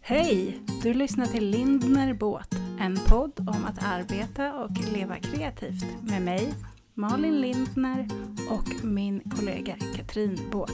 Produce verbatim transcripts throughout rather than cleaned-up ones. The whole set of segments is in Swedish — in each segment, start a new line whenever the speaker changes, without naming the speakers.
Hej! Du lyssnar till Lindner Båt, en podd om att arbeta och leva kreativt med mig, Malin Lindner, och min kollega Katrin Båt.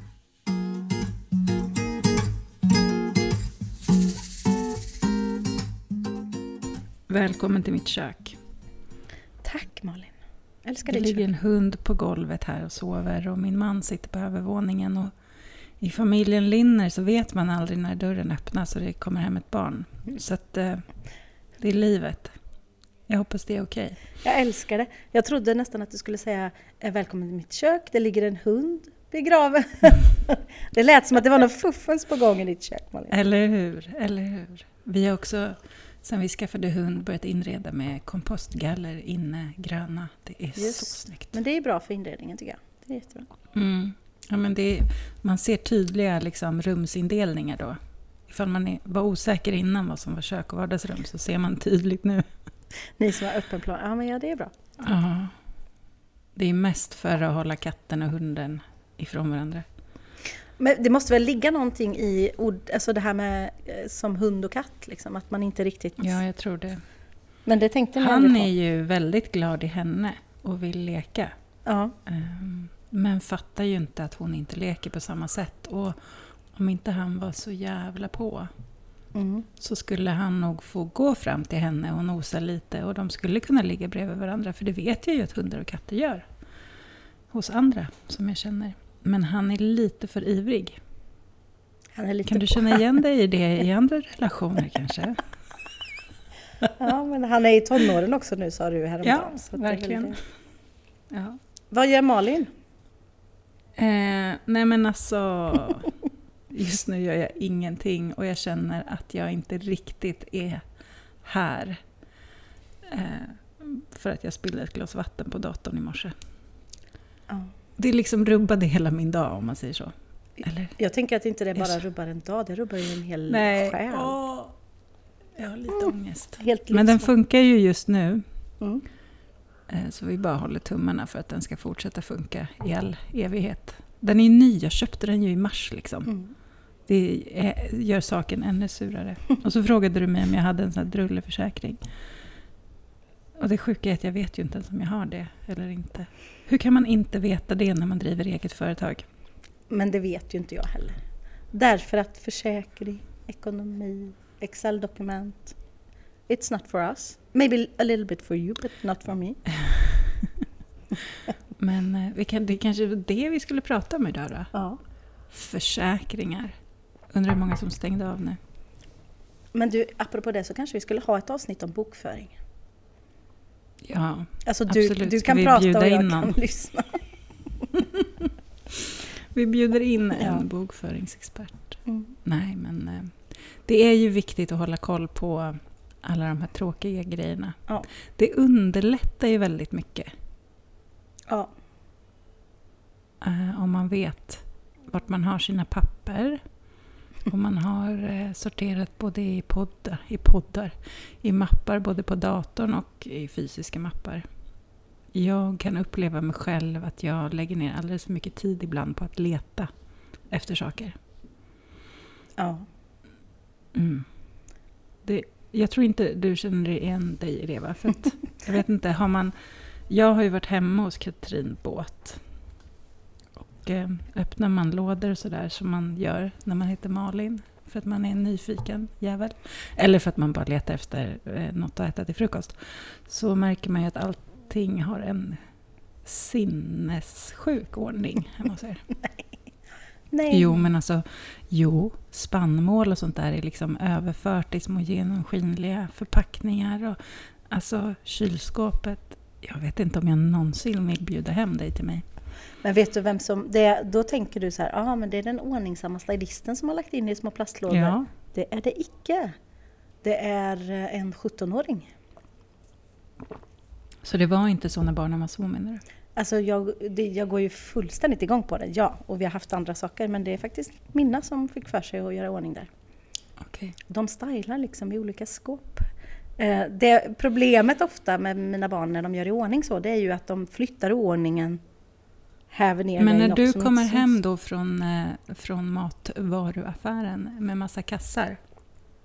Välkommen till mitt kök.
Tack Malin. Jag älskar
det
ditt
ligger
kök.
en hund på golvet här och sover och min man sitter på övervåningen. Och i familjen Lindner så vet man aldrig när dörren öppnas och det kommer hem ett barn. Mm. Så att eh, det är livet. Jag hoppas det är okej. Okay.
Jag älskar det. Jag trodde nästan att du skulle säga välkommen till mitt kök. Det ligger en hund begraven. Det lät som att det var någon fuffens på gång i ditt kök, Malin.
Eller hur? Eller hur? Vi har också, sen vi skaffade hund, börjat inreda med kompostgaller inne, gröna. Det är Just. så snyggt.
Men det är bra för inredningen tycker jag. Det är jättebra.
Mm. Ja, men det är, man ser tydliga liksom, rumsindelningar då. Ifall man är, var osäker innan vad som var kök och vardagsrum så ser man tydligt nu.
Ni som har öppen plan. Ja, men ja, det är bra.
Ja. Det är mest för att hålla katten och hunden ifrån varandra.
Men det måste väl ligga någonting i ord, alltså det här med som hund och katt, liksom, att man inte riktigt...
Ja, jag tror det.
Men det tänkte
Han är ju väldigt glad i henne och vill leka.
Ja.
Um, men fattar ju inte att hon inte leker på samma sätt. Och om inte han var så jävla på mm. så skulle han nog få gå fram till henne och nosa lite. Och de skulle kunna ligga bredvid varandra. För det vet jag ju att hundar och katter gör. Hos andra som jag känner. Men han är lite för ivrig.
Han är lite
kan du
på.
känna igen dig i det i andra relationer kanske?
Ja, men han är i tonåren också nu, sa du häromdagen.
Ja,
så
verkligen.
Väldigt...
Ja.
Vad gör Malin?
Eh, nej men alltså, just nu gör jag ingenting och jag känner att jag inte riktigt är här. Eh, för att jag spillde ett glas vatten på datorn i morse.
Ja.
Det liksom rubbade hela min dag om man säger så. Eller?
Jag tänker att inte det bara rubbar en dag, det rubbar ju en hel
nej.
själ.
Åh, jag har lite mm. ångest.
Helt
men den funkar ju just nu.
Mm.
Så vi bara håller tummarna för att den ska fortsätta funka i all evighet. Den är ny, jag köpte den ju i mars liksom. Mm. Det är, gör saken ännu surare. Och så frågade du mig om jag hade en sån här drulleförsäkring. Och det sjuka är att jag vet ju inte ens om jag har det eller inte. Hur kan man inte veta det när man driver eget företag?
Men det vet ju inte jag heller. Därför att försäkring, ekonomi, Excel-dokument... It's not for us. Maybe a little bit for you, but not for me.
Men vi kan, det är kanske det vi skulle prata om idag då?
Ja.
Försäkringar. Undrar hur många som stängde av nu.
Men du, apropå det så kanske vi skulle ha ett avsnitt om bokföring.
Ja,
alltså du,
absolut.
Du
ska
kan prata och jag
någon?
kan lyssna.
Vi bjuder in en ja. bokföringsexpert. Mm. Nej, men det är ju viktigt att hålla koll på alla de här tråkiga grejerna.
Ja.
Det underlättar ju väldigt mycket.
Ja.
Uh, om man vet vart man har sina papper. Om man har uh, sorterat både i poddar, i poddar, i mappar både på datorn och i fysiska mappar. Jag kan uppleva mig själv att jag lägger ner alldeles för mycket tid ibland på att leta efter saker.
Ja.
Mm. Det Jag tror inte du känner igen dig i det, va? För att, jag vet inte, har man... Jag har ju varit hemma hos Katrin Båt. Och eh, öppnar man lådor och sådär som man gör när man heter Malin. För att man är en nyfiken jävel. Eller för att man bara letar efter eh, något att äta till frukost. Så märker man ju att allting har en sinnessjuk ordning hemma hos er.
Nej.
Jo, men alltså, jo, spannmål och sånt där är liksom överfört i små genomskinliga förpackningar. Och, alltså, kylskåpet, jag vet inte om jag någonsin vill bjuda hem dig till mig.
Men vet du vem som, det, då tänker du så här, ja ah, men det är den ordningsamma stylisten som har lagt in i små plastlådor.
Ja.
Det är det icke. Det är en sjuttonåring.
Så det var inte så när barnen var små, menar du?
Alltså jag, det, jag går ju fullständigt igång på det, ja. Och vi har haft andra saker, men det är faktiskt Minna som fick för sig att göra ordning där.
Okay.
De stylar liksom i olika skåp. Eh, det problemet ofta med mina barn när de gör i ordning så, det är ju att de flyttar i ordningen, häver ner.
Men när du kommer hem då från, eh, från matvaruaffären med massa kassar,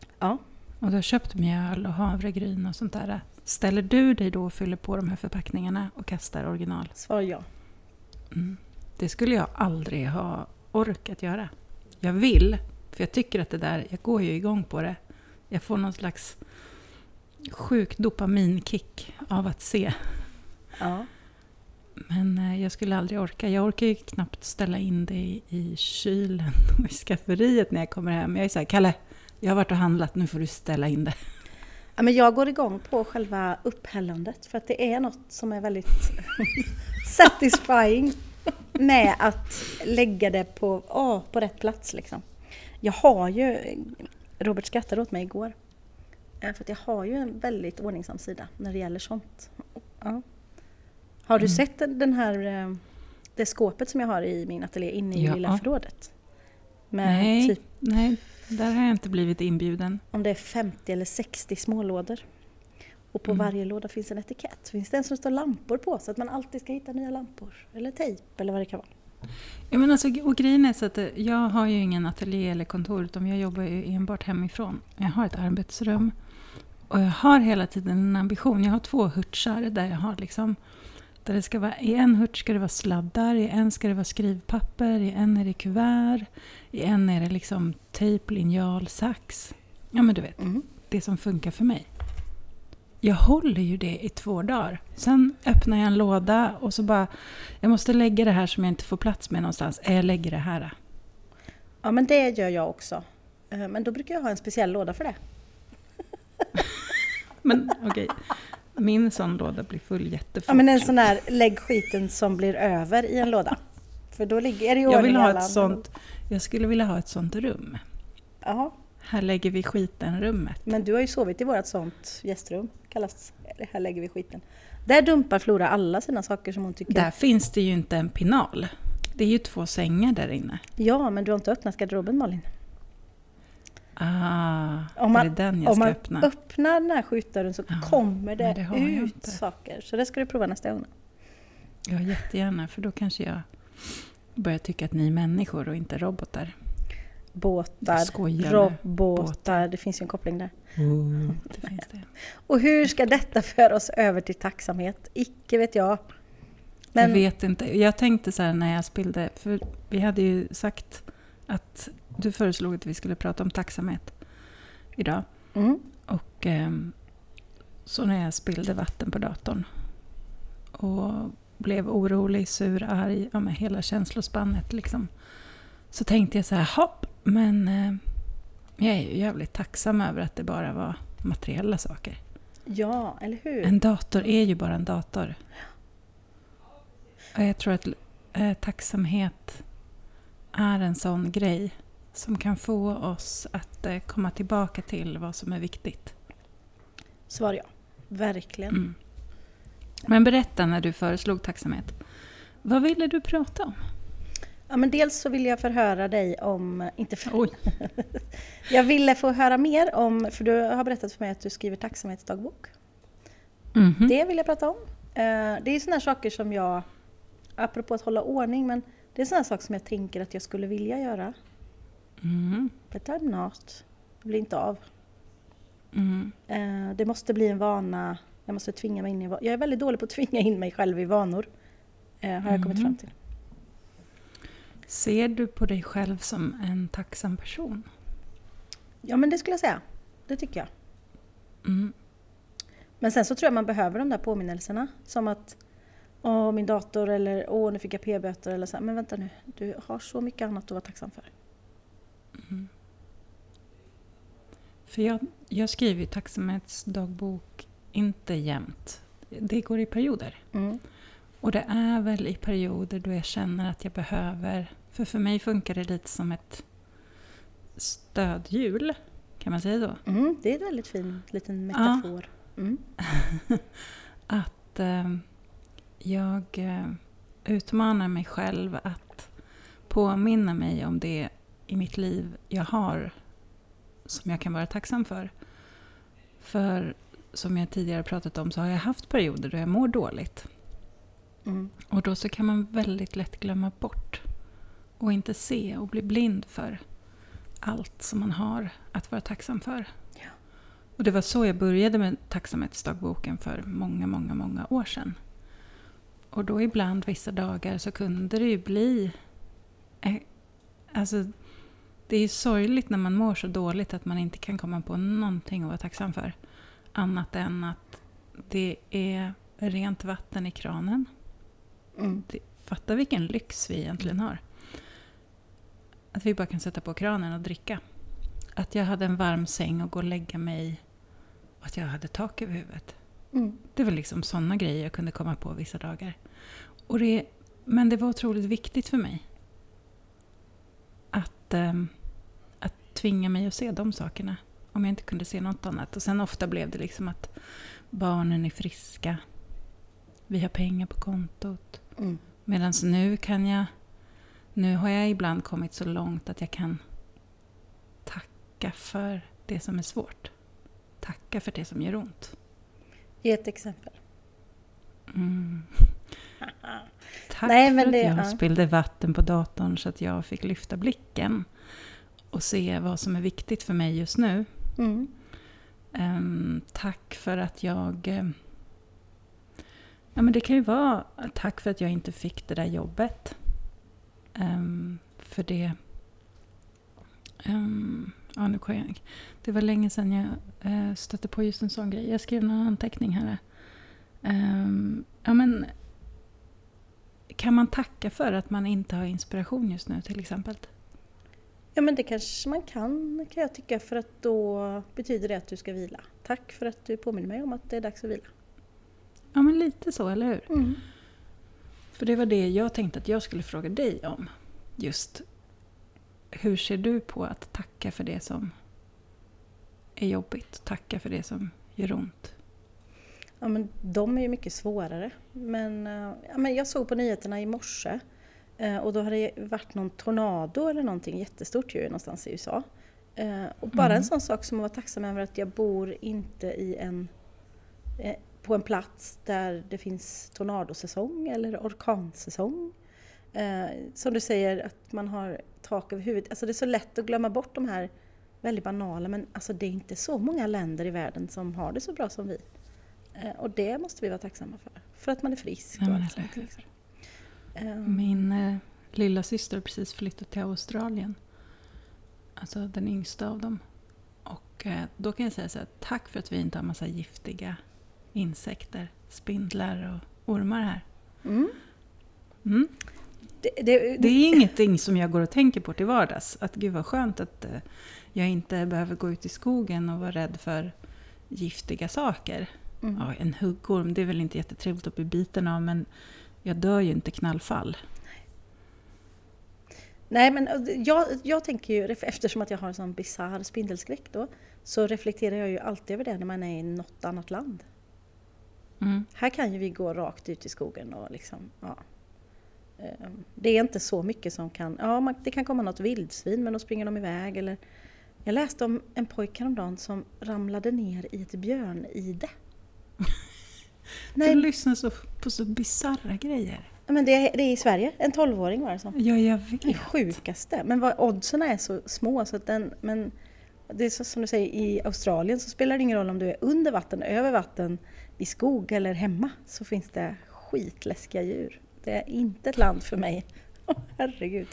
Ja.
Och du har köpt mjöl och havregryn och sånt där. Ställer du dig då och fyller på de här förpackningarna och kastar original?
Svar ja.
Mm. Det skulle jag aldrig ha orkat göra. Jag vill, för jag tycker att det där, jag går ju igång på det. Jag får någon slags sjuk dopaminkick av att se.
Ja.
Men eh, jag skulle aldrig orka. Jag orkar ju knappt ställa in det i, i kylen och i skafferiet när jag kommer hem. Jag är så här, Kalle, jag har varit och handlat, nu får du ställa in det.
Ja, men jag går igång på själva upphällandet för att det är något som är väldigt satisfying med att lägga det på, åh, på rätt plats. Liksom. Jag har ju, Robert skrattade åt mig igår, för att jag har ju en väldigt ordningsam sida när det gäller sånt. Ja. Har du mm. sett den här, det skåpet som jag har i min ateljé inne i ja. lilla förrådet? Med
nej,
typ,
nej, där har jag inte blivit inbjuden.
Om det är femtio eller sextio smålådor. Och på mm. varje låda finns en etikett. Finns det en som står lampor på så att man alltid ska hitta nya lampor? Eller tejp eller vad det kan vara.
Ja, men alltså, och grejen är så att jag har ju ingen ateljé eller kontor utan jag jobbar ju enbart hemifrån. Jag har ett arbetsrum och jag har hela tiden en ambition. Jag har två hurtsar där jag har liksom, där det ska vara, i en hurt ska det vara sladdar, i en ska det vara skrivpapper, i en är det kuvert, i en är det liksom tejp, linjal, sax. Ja men du vet, mm. det som funkar för mig. Jag håller ju det i två dagar. Sen öppnar jag en låda och så bara, jag måste lägga det här som jag inte får plats med någonstans. Jag lägger det här.
Ja men det gör jag också. Men då brukar jag ha en speciell låda för det.
Men okej, okay. Min sån låda blir full jättefort.
Ja men en sån här lägg skiten som blir över i en låda. För då ligger är det i
jag vill ha
alla.
ett sånt, jag skulle vilja ha ett sånt rum.
Jaha.
Här lägger vi skiten rummet.
Men du har ju sovit i vårt sånt gästrum. Kallas, eller här lägger vi skiten. Där dumpar Flora alla sina saker som hon tycker.
Där finns det ju inte en pinal. Det är ju två sängar där inne.
Ja, men du har inte öppnat garderoben, Malin.
Ah, om man, är det den jag ska öppna?
Om man öppnar den här skjutdörren så ja, kommer det, det ut saker. Så det ska du prova nästa gång.
Ja, jättegärna. För då kanske jag börjar tycka att ni är människor och inte robotar.
Båtar, robotar, det finns ju en koppling där.
Mm, det finns det.
Och hur ska detta föra oss över till tacksamhet? Icke vet jag.
Men jag vet inte. Jag tänkte så här när jag spillde, för vi hade ju sagt att du föreslog att vi skulle prata om tacksamhet idag.
Mm.
Och eh, så när jag spillde vatten på datorn och blev orolig, sur, arg, ja, med hela känslospannet liksom. Så tänkte jag så här, hopp, men eh, jag är ju jävligt tacksam över att det bara var materiella saker.
Ja, eller hur?
En dator är ju bara en dator. Och jag tror att eh, tacksamhet är en sån grej som kan få oss att eh, komma tillbaka till vad som är viktigt.
Svar ja, verkligen.
Mm. Men berätta när du föreslog tacksamhet. Vad ville du prata om?
Ja, men dels så vill jag förhöra dig om, inte för... Oj. Jag ville få höra mer om, för du har berättat för mig att du skriver tacksamhetsdagbok.
Mm-hmm.
Det vill jag prata om. Det är såna här saker som jag, apropå att hålla ordning, men det är såna här saker som jag tänker att jag skulle vilja göra.
Mm.
But I'm not. Det blir inte av.
Mm.
Det måste bli en vana. Jag måste tvinga mig in i, jag är väldigt dålig på att tvinga in mig själv i vanor. Har jag kommit
mm.
fram till.
Ser du på dig själv som en tacksam person?
Ja, men det skulle jag säga. Det tycker jag.
Mm.
Men sen så tror jag man behöver de där påminnelserna. Som att, åh min dator eller åh nu fick jag p-böter eller så. Men vänta nu, du har så mycket annat att vara tacksam för.
Mm. För jag, jag skriver ju tacksamhetsdagbok inte jämt. Det går i perioder.
Mm.
Och det är väl i perioder då jag känner att jag behöver... För för mig funkar det lite som ett stödhjul. Kan man säga så?
Mm, det är en väldigt fin liten metafor. Ja. Mm.
att eh, jag eh, utmanar mig själv att påminna mig om det i mitt liv jag har som jag kan vara tacksam för. För som jag tidigare pratat om så har jag haft perioder då jag mår dåligt.
Mm.
Och då så kan man väldigt lätt glömma bort och inte se och bli blind för allt som man har att vara tacksam för.
Ja.
Och det var så jag började med tacksamhetsdagboken för många, många, många år sedan. Och då ibland vissa dagar så kunde det ju bli... Eh, alltså, det är ju sorgligt när man mår så dåligt att man inte kan komma på någonting att vara tacksam för. Annat än att det är rent vatten i kranen.
Mm.
Det, fatta vilken lyx vi egentligen har. Att vi bara kan sätta på kranen och dricka. Att jag hade en varm säng och gå och lägga mig. Och att jag hade tak över huvudet.
Mm.
Det var liksom sådana grejer jag kunde komma på vissa dagar. Och det, men det var otroligt viktigt för mig. Att, ähm, att tvinga mig att se de sakerna. Om jag inte kunde se något annat. Och sen ofta blev det liksom att barnen är friska. Vi har pengar på kontot.
Mm.
Medan nu kan jag... Nu har jag ibland kommit så långt att jag kan tacka för det som är svårt. Tacka för det som gör ont.
Ge ett exempel.
Mm. Tack
Nej, men
för
det,
att jag
ja.
spillde vatten på datorn så att jag fick lyfta blicken. Och se vad som är viktigt för mig just nu.
Mm.
Um, tack för att jag... Um, ja, men det kan ju vara tack för att jag inte fick det där jobbet. Um, för det... Um, ja, nu kan jag, det var länge sedan jag uh, stötte på just en sån grej. Jag skrev någon anteckning här. Um, ja, men... Kan man tacka för att man inte har inspiration just nu till exempel?
Ja, men det kanske man kan, kan jag tycka, för att då betyder det att du ska vila. Tack för att du påminner mig om att det är dags att vila.
Ja, men lite så, eller hur?
Mm.
För det var det jag tänkte att jag skulle fråga dig om. Just hur ser du på att tacka för det som är jobbigt? Tacka för det som gör ont?
Ja, men de är ju mycket svårare. Men, ja, men jag såg på nyheterna i morse. Och då har det varit någon tornado eller någonting jättestort ju någonstans i U S A. Och bara
Mm.
en sån sak som att vara tacksam över att jag bor inte i en, på en plats där det finns tornadosäsong eller orkansäsong. Som du säger, att man har tak över huvudet. Alltså det är så lätt att glömma bort de här väldigt banala, men alltså det är inte så många länder i världen som har det så bra som vi. Och det måste vi vara tacksamma för. För att man är frisk.
Ja,
och
men
allt
eller
sånt,
hur?
liksom. Um,
Min eh, lilla syster har precis flyttat till Australien. Alltså den yngsta av dem. Och eh, då kan jag säga så här, tack för att vi inte har massa giftiga insekter, spindlar och ormar här.
mm.
Mm.
det, det,
Det är ingenting som jag går och tänker på till vardags. Att gud vad skönt att eh, jag inte behöver gå ut i skogen och vara rädd för giftiga saker.
mm.
Ja, en huggorm, det är väl inte jättetrevligt att bli biten av, men jag dör ju inte knallfall.
Nej, men jag, jag tänker ju, eftersom att jag har en sån bizarr spindelskräck då, så reflekterar jag ju alltid över det när man är i något annat land.
Mm.
Här kan ju vi gå rakt ut i skogen och liksom, ja. Det är inte så mycket som kan, ja man, det kan komma något vildsvin men då springer de iväg. Eller, jag läste om en pojke häromdagen som ramlade ner i ett björnide.
Du lyssnar så, på så bizarra grejer.
Men det är, det är i Sverige, en tolvåring var det som.
Ja, jag vet.
Det sjukaste. Men vad, oddsen är så små så att den, men det är så, som du säger, i Australien så spelar det ingen roll om du är under vatten, över vatten, i skog eller hemma, så finns det skitläskiga djur. Det är inte ett land för mig. Oh, herregud.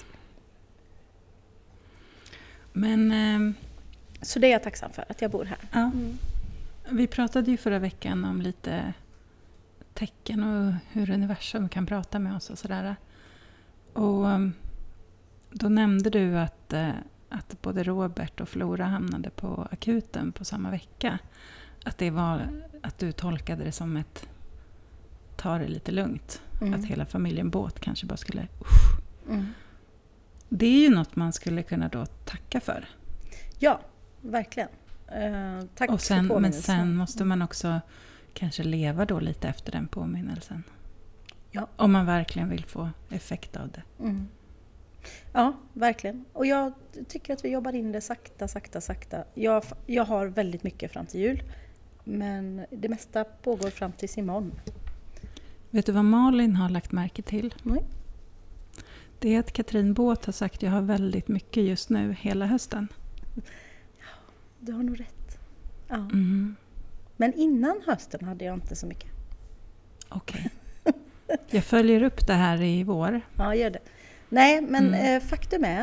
Men eh,
så det är jag tacksam för, att jag bor här.
ja,
Mm.
vi pratade ju förra veckan om lite tecken och hur universum kan prata med oss och sådär. Och då nämnde du att, att både Robert och Flora hamnade på akuten på samma vecka. Att det var att du tolkade det som ett ta det lite lugnt.
Mm.
Att hela familjen Båt kanske bara skulle usch.
Mm.
Det är ju något man skulle kunna då tacka för.
Ja, verkligen. Uh, tack
och sen,
för
men
påminnelsen.
sen måste man också kanske leva då lite efter den påminnelsen.
Ja.
Om man verkligen vill få effekt av det.
Mm. Ja, verkligen. Och jag tycker att vi jobbar in det sakta, sakta, sakta. Jag, jag har väldigt mycket fram till jul. Men det mesta pågår fram till imorgon.
Vet du vad Malin har lagt märke till?
Nej.
Det är att Katrin Båt har sagt att jag har väldigt mycket just nu hela hösten.
Ja, du har nog rätt. Ja.
Mm.
Men innan hösten hade jag inte så mycket.
Okej. Okay. Jag följer upp det här i vår.
Ja, gör det. Nej, men
Mm.
eh, faktum är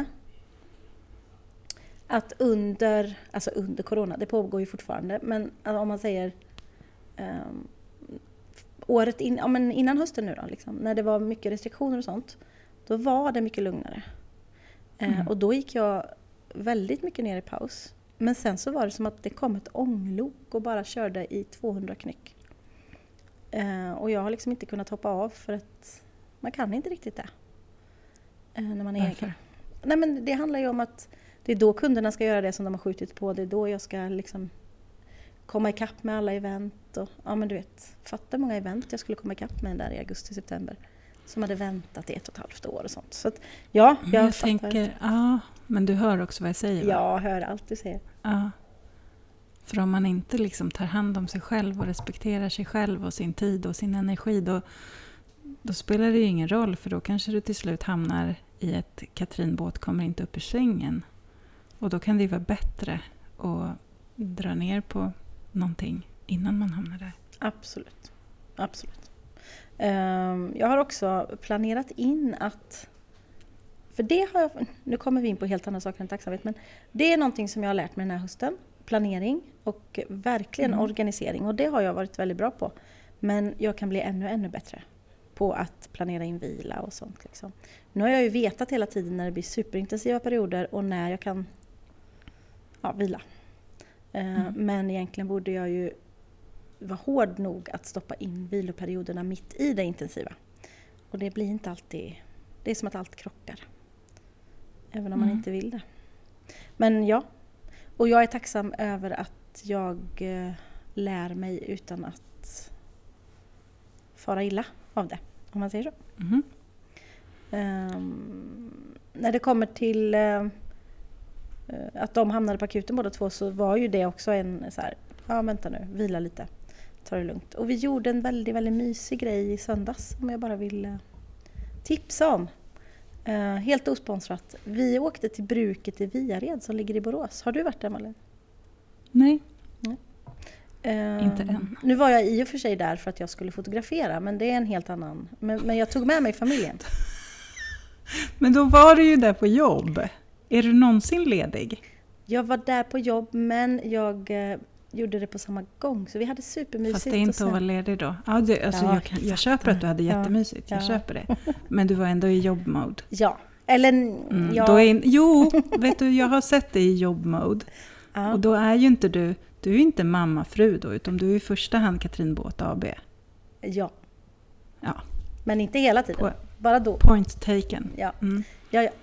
att under, alltså under corona, det pågår ju fortfarande, men alltså, om man säger um, året in, ja, men innan hösten nu då, liksom, när det var mycket restriktioner och sånt, då var det mycket lugnare. Mm. Eh, och då gick jag väldigt mycket ner i paus. Men sen så var det som att det kom ett ånglok och bara körde i tvåhundra knyck. Eh, och jag har liksom inte kunnat hoppa av för att man kan inte riktigt det. Eh, när man är
Varför?
egen. Nej, men det handlar ju om att det är då kunderna ska göra det som de har skjutit på. Det är då jag ska liksom komma ikapp med alla event. Och, ja, men du vet, fatta många event jag skulle komma ikapp med där i augusti-september. Som hade väntat i ett och ett halvt år och sånt. Så att, ja, jag,
jag tänker, ja, men du hör också vad jag säger, va?
Jag hör allt du säger.
Ja. För om man inte liksom tar hand om sig själv och respekterar sig själv och sin tid och sin energi, då, då spelar det ju ingen roll, för då kanske du till slut hamnar i ett Katrinbåt kommer inte upp ur sängen. Och då kan det ju vara bättre att dra ner på någonting innan man hamnar där.
Absolut. Absolut. Um, jag har också planerat in att, för det har jag, nu kommer vi in på helt andra saker än tacksamhet, men det är någonting som jag har lärt mig den här hösten. Planering och verkligen mm. organisering, och det har jag varit väldigt bra på. Men jag kan bli ännu, ännu bättre på att planera in vila och sånt. Liksom. Nu har jag ju vetat hela tiden när det blir superintensiva perioder och när jag kan ja, vila. Uh, mm. Men egentligen borde jag ju vara hård nog att stoppa in viloperioderna mitt i det intensiva. Och det blir inte alltid, det är som att allt krockar. Även om mm. man inte vill det. Men ja, och jag är tacksam över att jag eh, lär mig utan att fara illa av det, om man säger så.
Mm.
Um, när det kommer till uh, att de hamnade på akuten båda två, så var ju det också en så här, ja vänta nu, vila lite, ta det lugnt. Och vi gjorde en väldigt, väldigt mysig grej i söndags som jag bara vill uh, tipsa om. Uh, helt osponsrat. Vi åkte till bruket i Viared som ligger i Borås. Har du varit där, Malin?
Nej.
Nej. Uh,
Inte än.
Nu var jag i och för sig där för att jag skulle fotografera, men det är en helt annan. Men, men jag tog med mig familjen.
Men då var du ju där på jobb. Är du någonsin ledig?
Jag var där på jobb, men jag uh, gjorde det på samma gång. Så vi hade supermysigt.
Fast det är inte att vara ledig då. Ja, det, alltså
ja,
jag, kan, jag köper att du hade jättemysigt. Jag
ja.
köper det. Men du var ändå i jobbmode.
Ja. Eller, mm, ja.
Då är, jo, vet du, jag har sett dig i jobbmode. Ja. Och då är ju inte du, du är ju inte mamma-fru då, utan du är i första hand Katrinbåt A B.
Ja.
Ja.
Men inte hela tiden. Po- Bara då.
Point taken.
Ja.
Mm.
Ja, ja.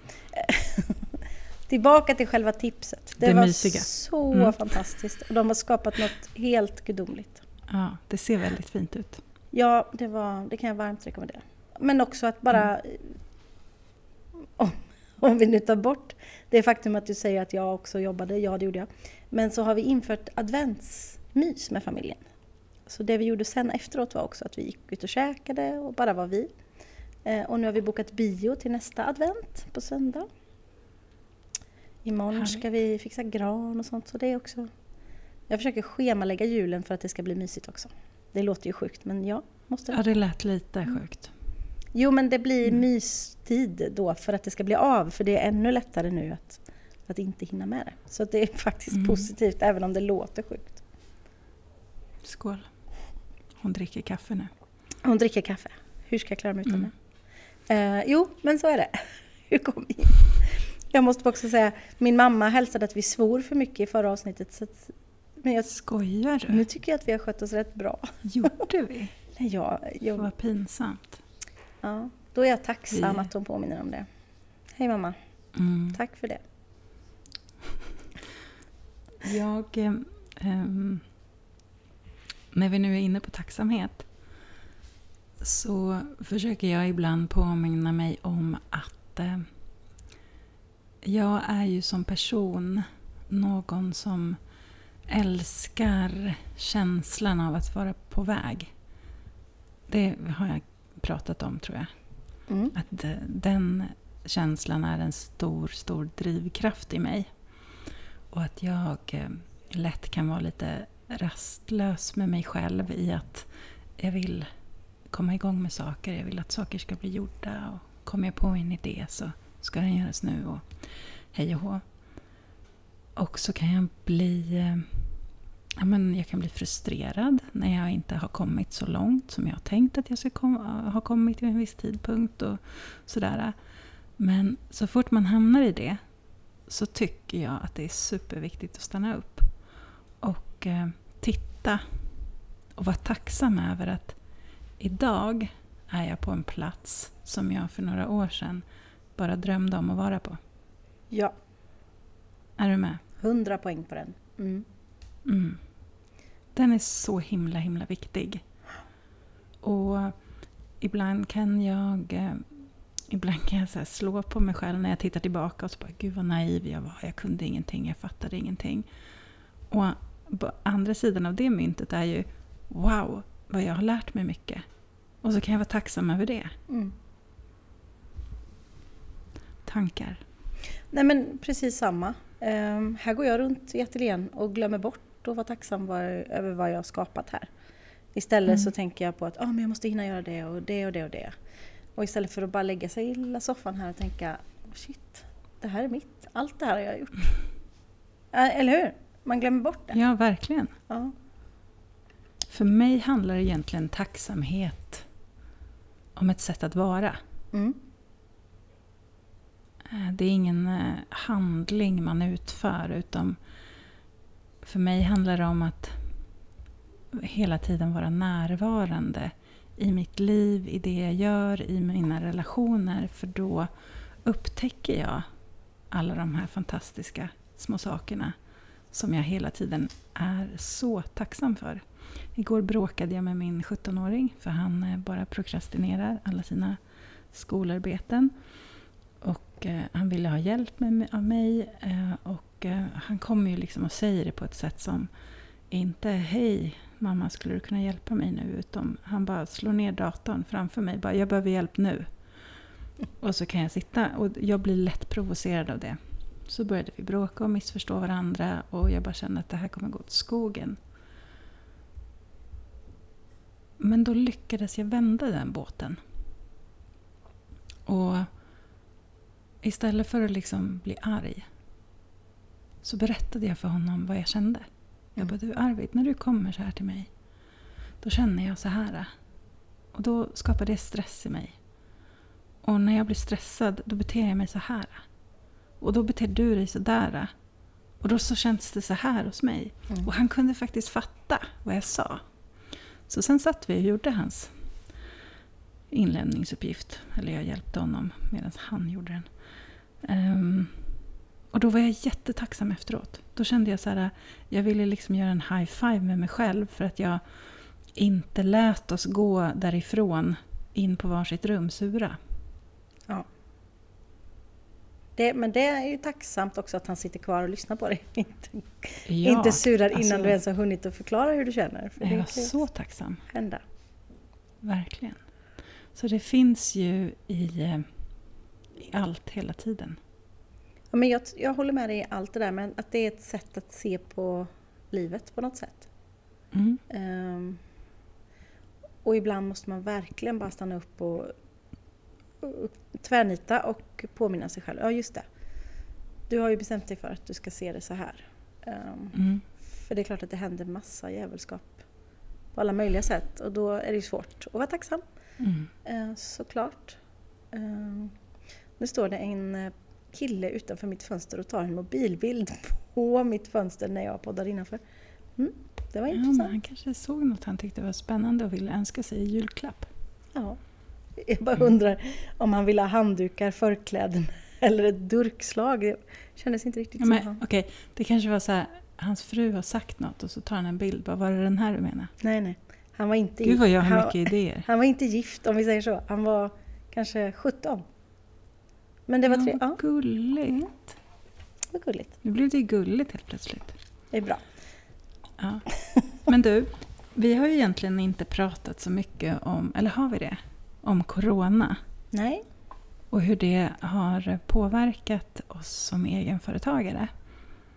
Tillbaka till själva tipset. Det, det var mysiga. Så mm. fantastiskt. Och de har skapat något helt gudomligt.
Ja, det ser väldigt fint ut.
Ja, det, var, det kan jag varmt rekommendera. Men också att bara... Mm. Om, om vi nu tar bort det faktum att du säger att jag också jobbade. Ja, det gjorde jag. Men så har vi infört adventsmys med familjen. Så det vi gjorde sen efteråt var också att vi gick ut och käkade och bara var vi. Eh, och nu har vi bokat bio till nästa advent på söndag. Imorgon ska vi fixa gran och sånt. Så det är också... Jag försöker schemalägga julen för att det ska bli mysigt också. Det låter ju sjukt, men ja, måste det.
Ja, det lät lite sjukt.
Jo, men det blir mm. mystid då för att det ska bli av. För det är ännu lättare nu att, att inte hinna med det. Så det är faktiskt mm. positivt, även om det låter sjukt.
Skål. Hon dricker kaffe nu.
Hon dricker kaffe. Hur ska jag klara mig utan mm. det? Uh, jo, men så är det. Hur kom vi in? Jag måste också säga, min mamma hälsade att vi svor för mycket i förra avsnittet. Så att, men jag,
Skojar du?
Nu tycker jag att vi har skött oss rätt bra.
Gjorde vi?
Nej, jag, jag,
det var pinsamt.
Ja, då är jag tacksam
vi...
att hon påminner om det. Hej mamma.
Mm.
Tack för det.
Jag... Ähm, när vi nu är inne på tacksamhet så försöker jag ibland påminna mig om att äh, jag är ju som person någon som älskar känslan av att vara på väg. Det har jag pratat om, tror jag. Mm. Att den känslan är en stor, stor drivkraft i mig. Och att jag eh, lätt kan vara lite rastlös med mig själv i att jag vill komma igång med saker. Jag vill att saker ska bli gjorda. Och kommer jag på en idé så ska den göras nu. Och hej och hå. Och så kan jag bli... Eh, ja, men jag kan bli frustrerad när jag inte har kommit så långt som jag har tänkt att jag ska kom- ha kommit till en viss tidpunkt. Och sådär. Men så fort man hamnar i det så tycker jag att det är superviktigt att stanna upp. Och eh, titta och vara tacksam över att idag är jag på en plats som jag för några år sedan bara drömde om att vara på.
Ja.
Är du med?
Hundra poäng på den. Mm.
Mm. Den är så himla himla viktig. Och ibland kan jag eh, ibland kan jag så här slå på mig själv när jag tittar tillbaka och så bara, gud vad naiv jag var. Jag kunde ingenting, jag fattade ingenting. Och på andra sidan av det myntet är ju, wow, vad jag har lärt mig mycket. Och så kan jag vara tacksam över det.
Mm.
Tankar?
Nej men precis samma. Um, här går jag runt i ateljén och glömmer bort att vara tacksam var, över vad jag har skapat här. Istället mm. så tänker jag på att ah, men jag måste hinna göra det och det och det och det. Och istället för att bara lägga sig i lilla soffan här och tänka, shit, det här är mitt. Allt det här har jag gjort. Eller hur? Man glömmer bort det.
Ja, verkligen.
Ja.
För mig handlar egentligen tacksamhet om ett sätt att vara.
Mm.
Det är ingen handling man utför, utan för mig handlar det om att hela tiden vara närvarande i mitt liv, i det jag gör, i mina relationer. För då upptäcker jag alla de här fantastiska små sakerna som jag hela tiden är så tacksam för. Igår bråkade jag med min sjuttonåring för han bara prokrastinerar alla sina skolarbeten. Och eh, han ville ha hjälp med, av mig eh, och eh, han kommer ju liksom och säger det på ett sätt som inte, hej mamma, skulle du kunna hjälpa mig nu? Utan han bara slår ner datorn framför mig, bara, jag behöver hjälp nu. Och så kan jag sitta och jag blir lätt provocerad av det. Så började vi bråka och missförstå varandra och jag bara kände att det här kommer gå åt skogen. Men då lyckades jag vända den båten. Och istället för att liksom bli arg så berättade jag för honom vad jag kände. Jag bara, du Arvid, när du kommer så här till mig, då känner jag så här. Och då skapar det stress i mig. Och när jag blir stressad, då beter jag mig så här. Och då beter du dig så där. Och då så känns det så här hos mig. Mm. Och han kunde faktiskt fatta vad jag sa. Så sen satt vi och gjorde hans inlämningsuppgift. Eller jag hjälpte honom medan han gjorde den. Um, och då var jag jättetacksam efteråt. Då kände jag så här, jag ville liksom göra en high five med mig själv. För att jag inte lät oss gå därifrån in på varsitt rum sura.
Ja. Det, men det är ju tacksamt också att han sitter kvar och lyssnar på dig. Inte,
ja,
inte surar innan
alltså,
du ens har hunnit att förklara hur du känner. För
jag
det
var så tacksam.
Hända.
Verkligen. Så det finns ju i, i allt hela tiden.
Ja, men jag, jag håller med dig i allt det där. Men att det är ett sätt att se på livet på något sätt.
Mm.
Um, och ibland måste man verkligen bara stanna upp och tvärnita och påminna sig själv. Ja, just det. Du har ju bestämt dig för att du ska se det så här. Um,
mm.
För det är klart att det händer massa jävelskap på alla möjliga sätt. Och då är det ju svårt att vara tacksam.
Mm.
Uh, såklart. Uh, nu står det en kille utanför mitt fönster och tar en mobilbild på mitt fönster när jag poddar innanför. Mm, det var
ja,
intressant.
Han kanske såg något han tyckte var spännande och ville önska sig i julklapp.
Ja. Jag bara undrar om han vill ha handdukar, förkläden eller ett durkslag. Det kändes inte riktigt
ja,
som
men,
han.
Okej, okay. Det kanske var så här, hans fru har sagt något och så tar han en bild. Bara, var det den här du menar?
Nej, nej. Han var inte
Gud vad jag har
han,
mycket idéer.
Han var inte gift om vi säger så. Han var kanske sjutton. Men det var
ja,
tre. Ja,
gulligt.
Mm. Vad gulligt.
Nu blev det ju gulligt helt plötsligt.
Det är bra.
Ja. Men du, vi har ju egentligen inte pratat så mycket om, eller har vi det? Om corona.
Nej.
Och hur det har påverkat oss som egenföretagare.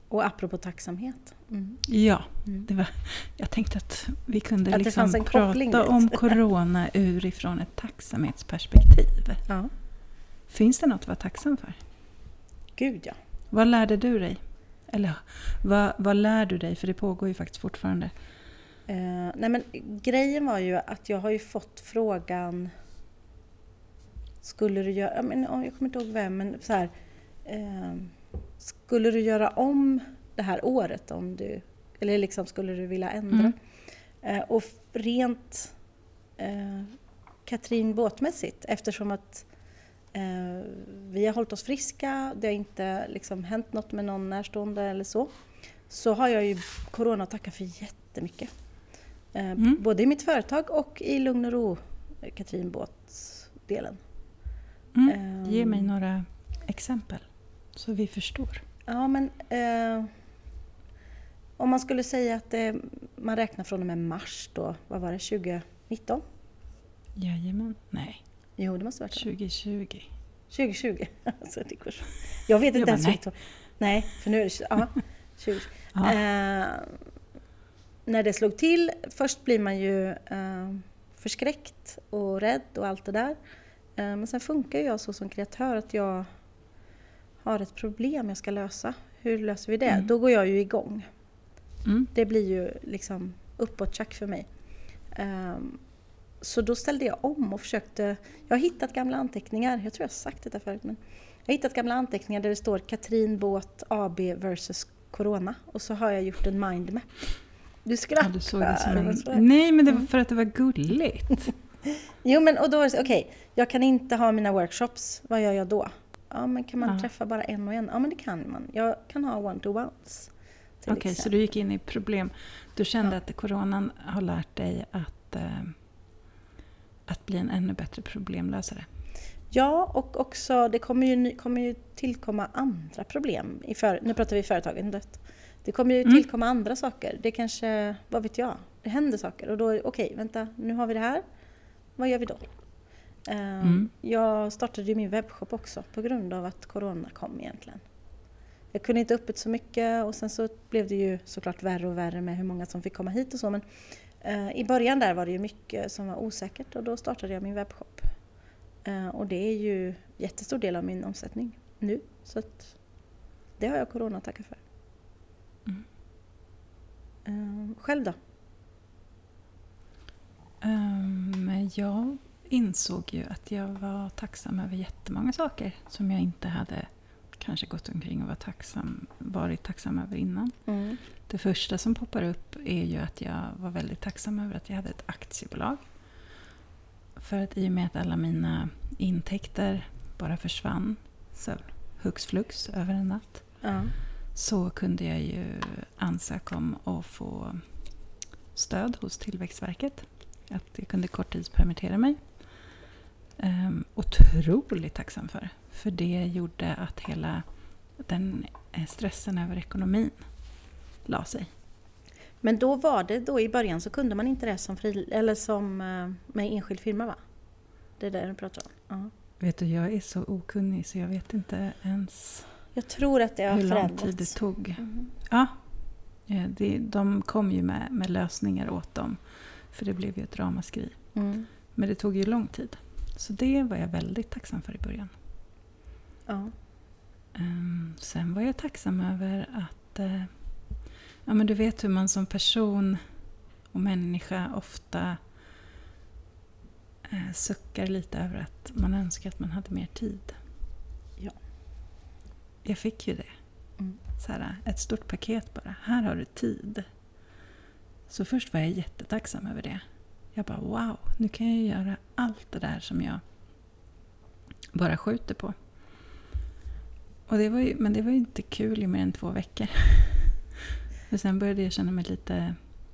Och apropå tacksamhet. Mm.
Ja,
Mm.
det var, jag tänkte att vi kunde
Att det
liksom
fanns en koppling
prata
dit.
om corona urifrån ett tacksamhetsperspektiv.
Ja,
Finns det något att vara tacksam för?
gud ja.
Vad lärde du dig? Eller vad, vad lär du dig? För det pågår ju faktiskt fortfarande.
Eh, nej men grejen var ju att jag har ju fått frågan, skulle du göra, jag, men, jag kommer inte ihåg vem, men så här, eh, skulle du göra om det här året om du, eller liksom skulle du vilja ändra?
Mm.
Eh, och rent eh, Katrin båtmässigt, eftersom att eh, vi har hållit oss friska, det har inte liksom hänt något med någon närstående eller så, så har jag ju corona att tacka för jättemycket. Eh,
Mm.
Både i mitt företag och i lugn och ro, Katrin båt-delen.
Mm. Ge mig
Ehm.
några exempel så vi förstår.
Ja, men eh, om man skulle säga att det, man räknar från och med mars då, vad var det, tjugonitton?
Jajamän. Nej,
Jo, det måste vara så.
tjugohundratjugo.
tjugohundratjugo. Alltså, det går så. Jag vet inte
Jag
ens
bara,
vilket år. Nej, för nu är det ja, tjugo.
Ja.
Eh, när det slog till, först blir man ju eh, förskräckt och rädd och allt det där. Eh, men sen funkar jag så som kreatör att jag har ett problem jag ska lösa. Hur löser vi det?
Mm.
Då går jag ju igång.
Mm.
Det blir ju liksom uppåt tjack för mig. Um, så då ställde jag om och försökte... Jag har hittat gamla anteckningar. Jag tror jag har sagt det där förut. Men jag har hittat gamla anteckningar där det står Katrin Båt A B versus Corona. Och så har jag gjort en mindmap. Du skrattar.
Ja, du såg det som
Vad
en...
så är det?
Nej, men det var för att det var gulligt.
Jo, men och då var det så, okej, okay, jag kan inte ha mina workshops. Vad gör jag då? Ja, men kan man
Ja.
träffa bara en och en? Ja, men det kan man. Jag kan ha one-to-ones.
Okej, okay, så du gick in i problem. Du kände
Ja.
att coronan har lärt dig att, eh, att bli en ännu bättre problemlösare.
Ja, och också det kommer ju, kommer ju tillkomma andra problem. I för, nu pratar vi företagen. Det kommer ju tillkomma mm. andra saker. Det kanske, vad vet jag, det händer saker. Och då, okej, okay, vänta, nu har vi det här. Vad gör vi då? Uh, mm. Jag startade ju min webbshop också på grund av att corona kom egentligen. Jag kunde inte öppet så mycket och sen så blev det ju såklart värre och värre med hur många som fick komma hit och så. Men uh, i början där var det ju mycket som var osäkert och då startade jag min webbshop. Uh, och det är ju jättestor del av min omsättning nu. Så att det har jag corona att tacka för.
Mm.
Uh, själv då?
Um, jag insåg ju att jag var tacksam över jättemånga saker som jag inte hade kanske gått omkring och var tacksam, varit tacksam över innan. Mm. Det första som poppar upp är ju att jag var väldigt tacksam över att jag hade ett aktiebolag. För att i och med att alla mina intäkter bara försvann så hux flux över en natt mm. så kunde jag ju ansöka om att få stöd hos Tillväxtverket. Att jag kunde korttidspermittera mig. Um, otroligt tacksam för. För det gjorde att hela den stressen över ekonomin la sig.
Men då var det, då i början så kunde man inte det som, fri, eller som med enskild firma, va? Det är det du pratar om. Uh-huh.
Vet du, jag är så okunnig så jag vet inte ens
jag tror att det har
hur
förändrats.
lång tid det tog.
Mm.
Ja, det, de kom ju med, med lösningar åt dem. För det blev ju ett ramaskri. Mm. Men det tog ju lång tid. Så det var jag väldigt tacksam för i början.
Ja.
Um, sen var jag tacksam över att... Uh, ja, men du vet hur man som person och människa ofta uh, suckar lite över att man önskar att man hade mer tid.
Ja.
Jag fick ju det. Mm. Så här, ett stort paket bara. Här har du tid. Så först var jag jättetacksam över det. Jag bara, wow, nu kan jag göra allt det där som jag bara skjuter på. Och det var ju, men det var ju inte kul i mer än två veckor. Och sen började jag känna mig lite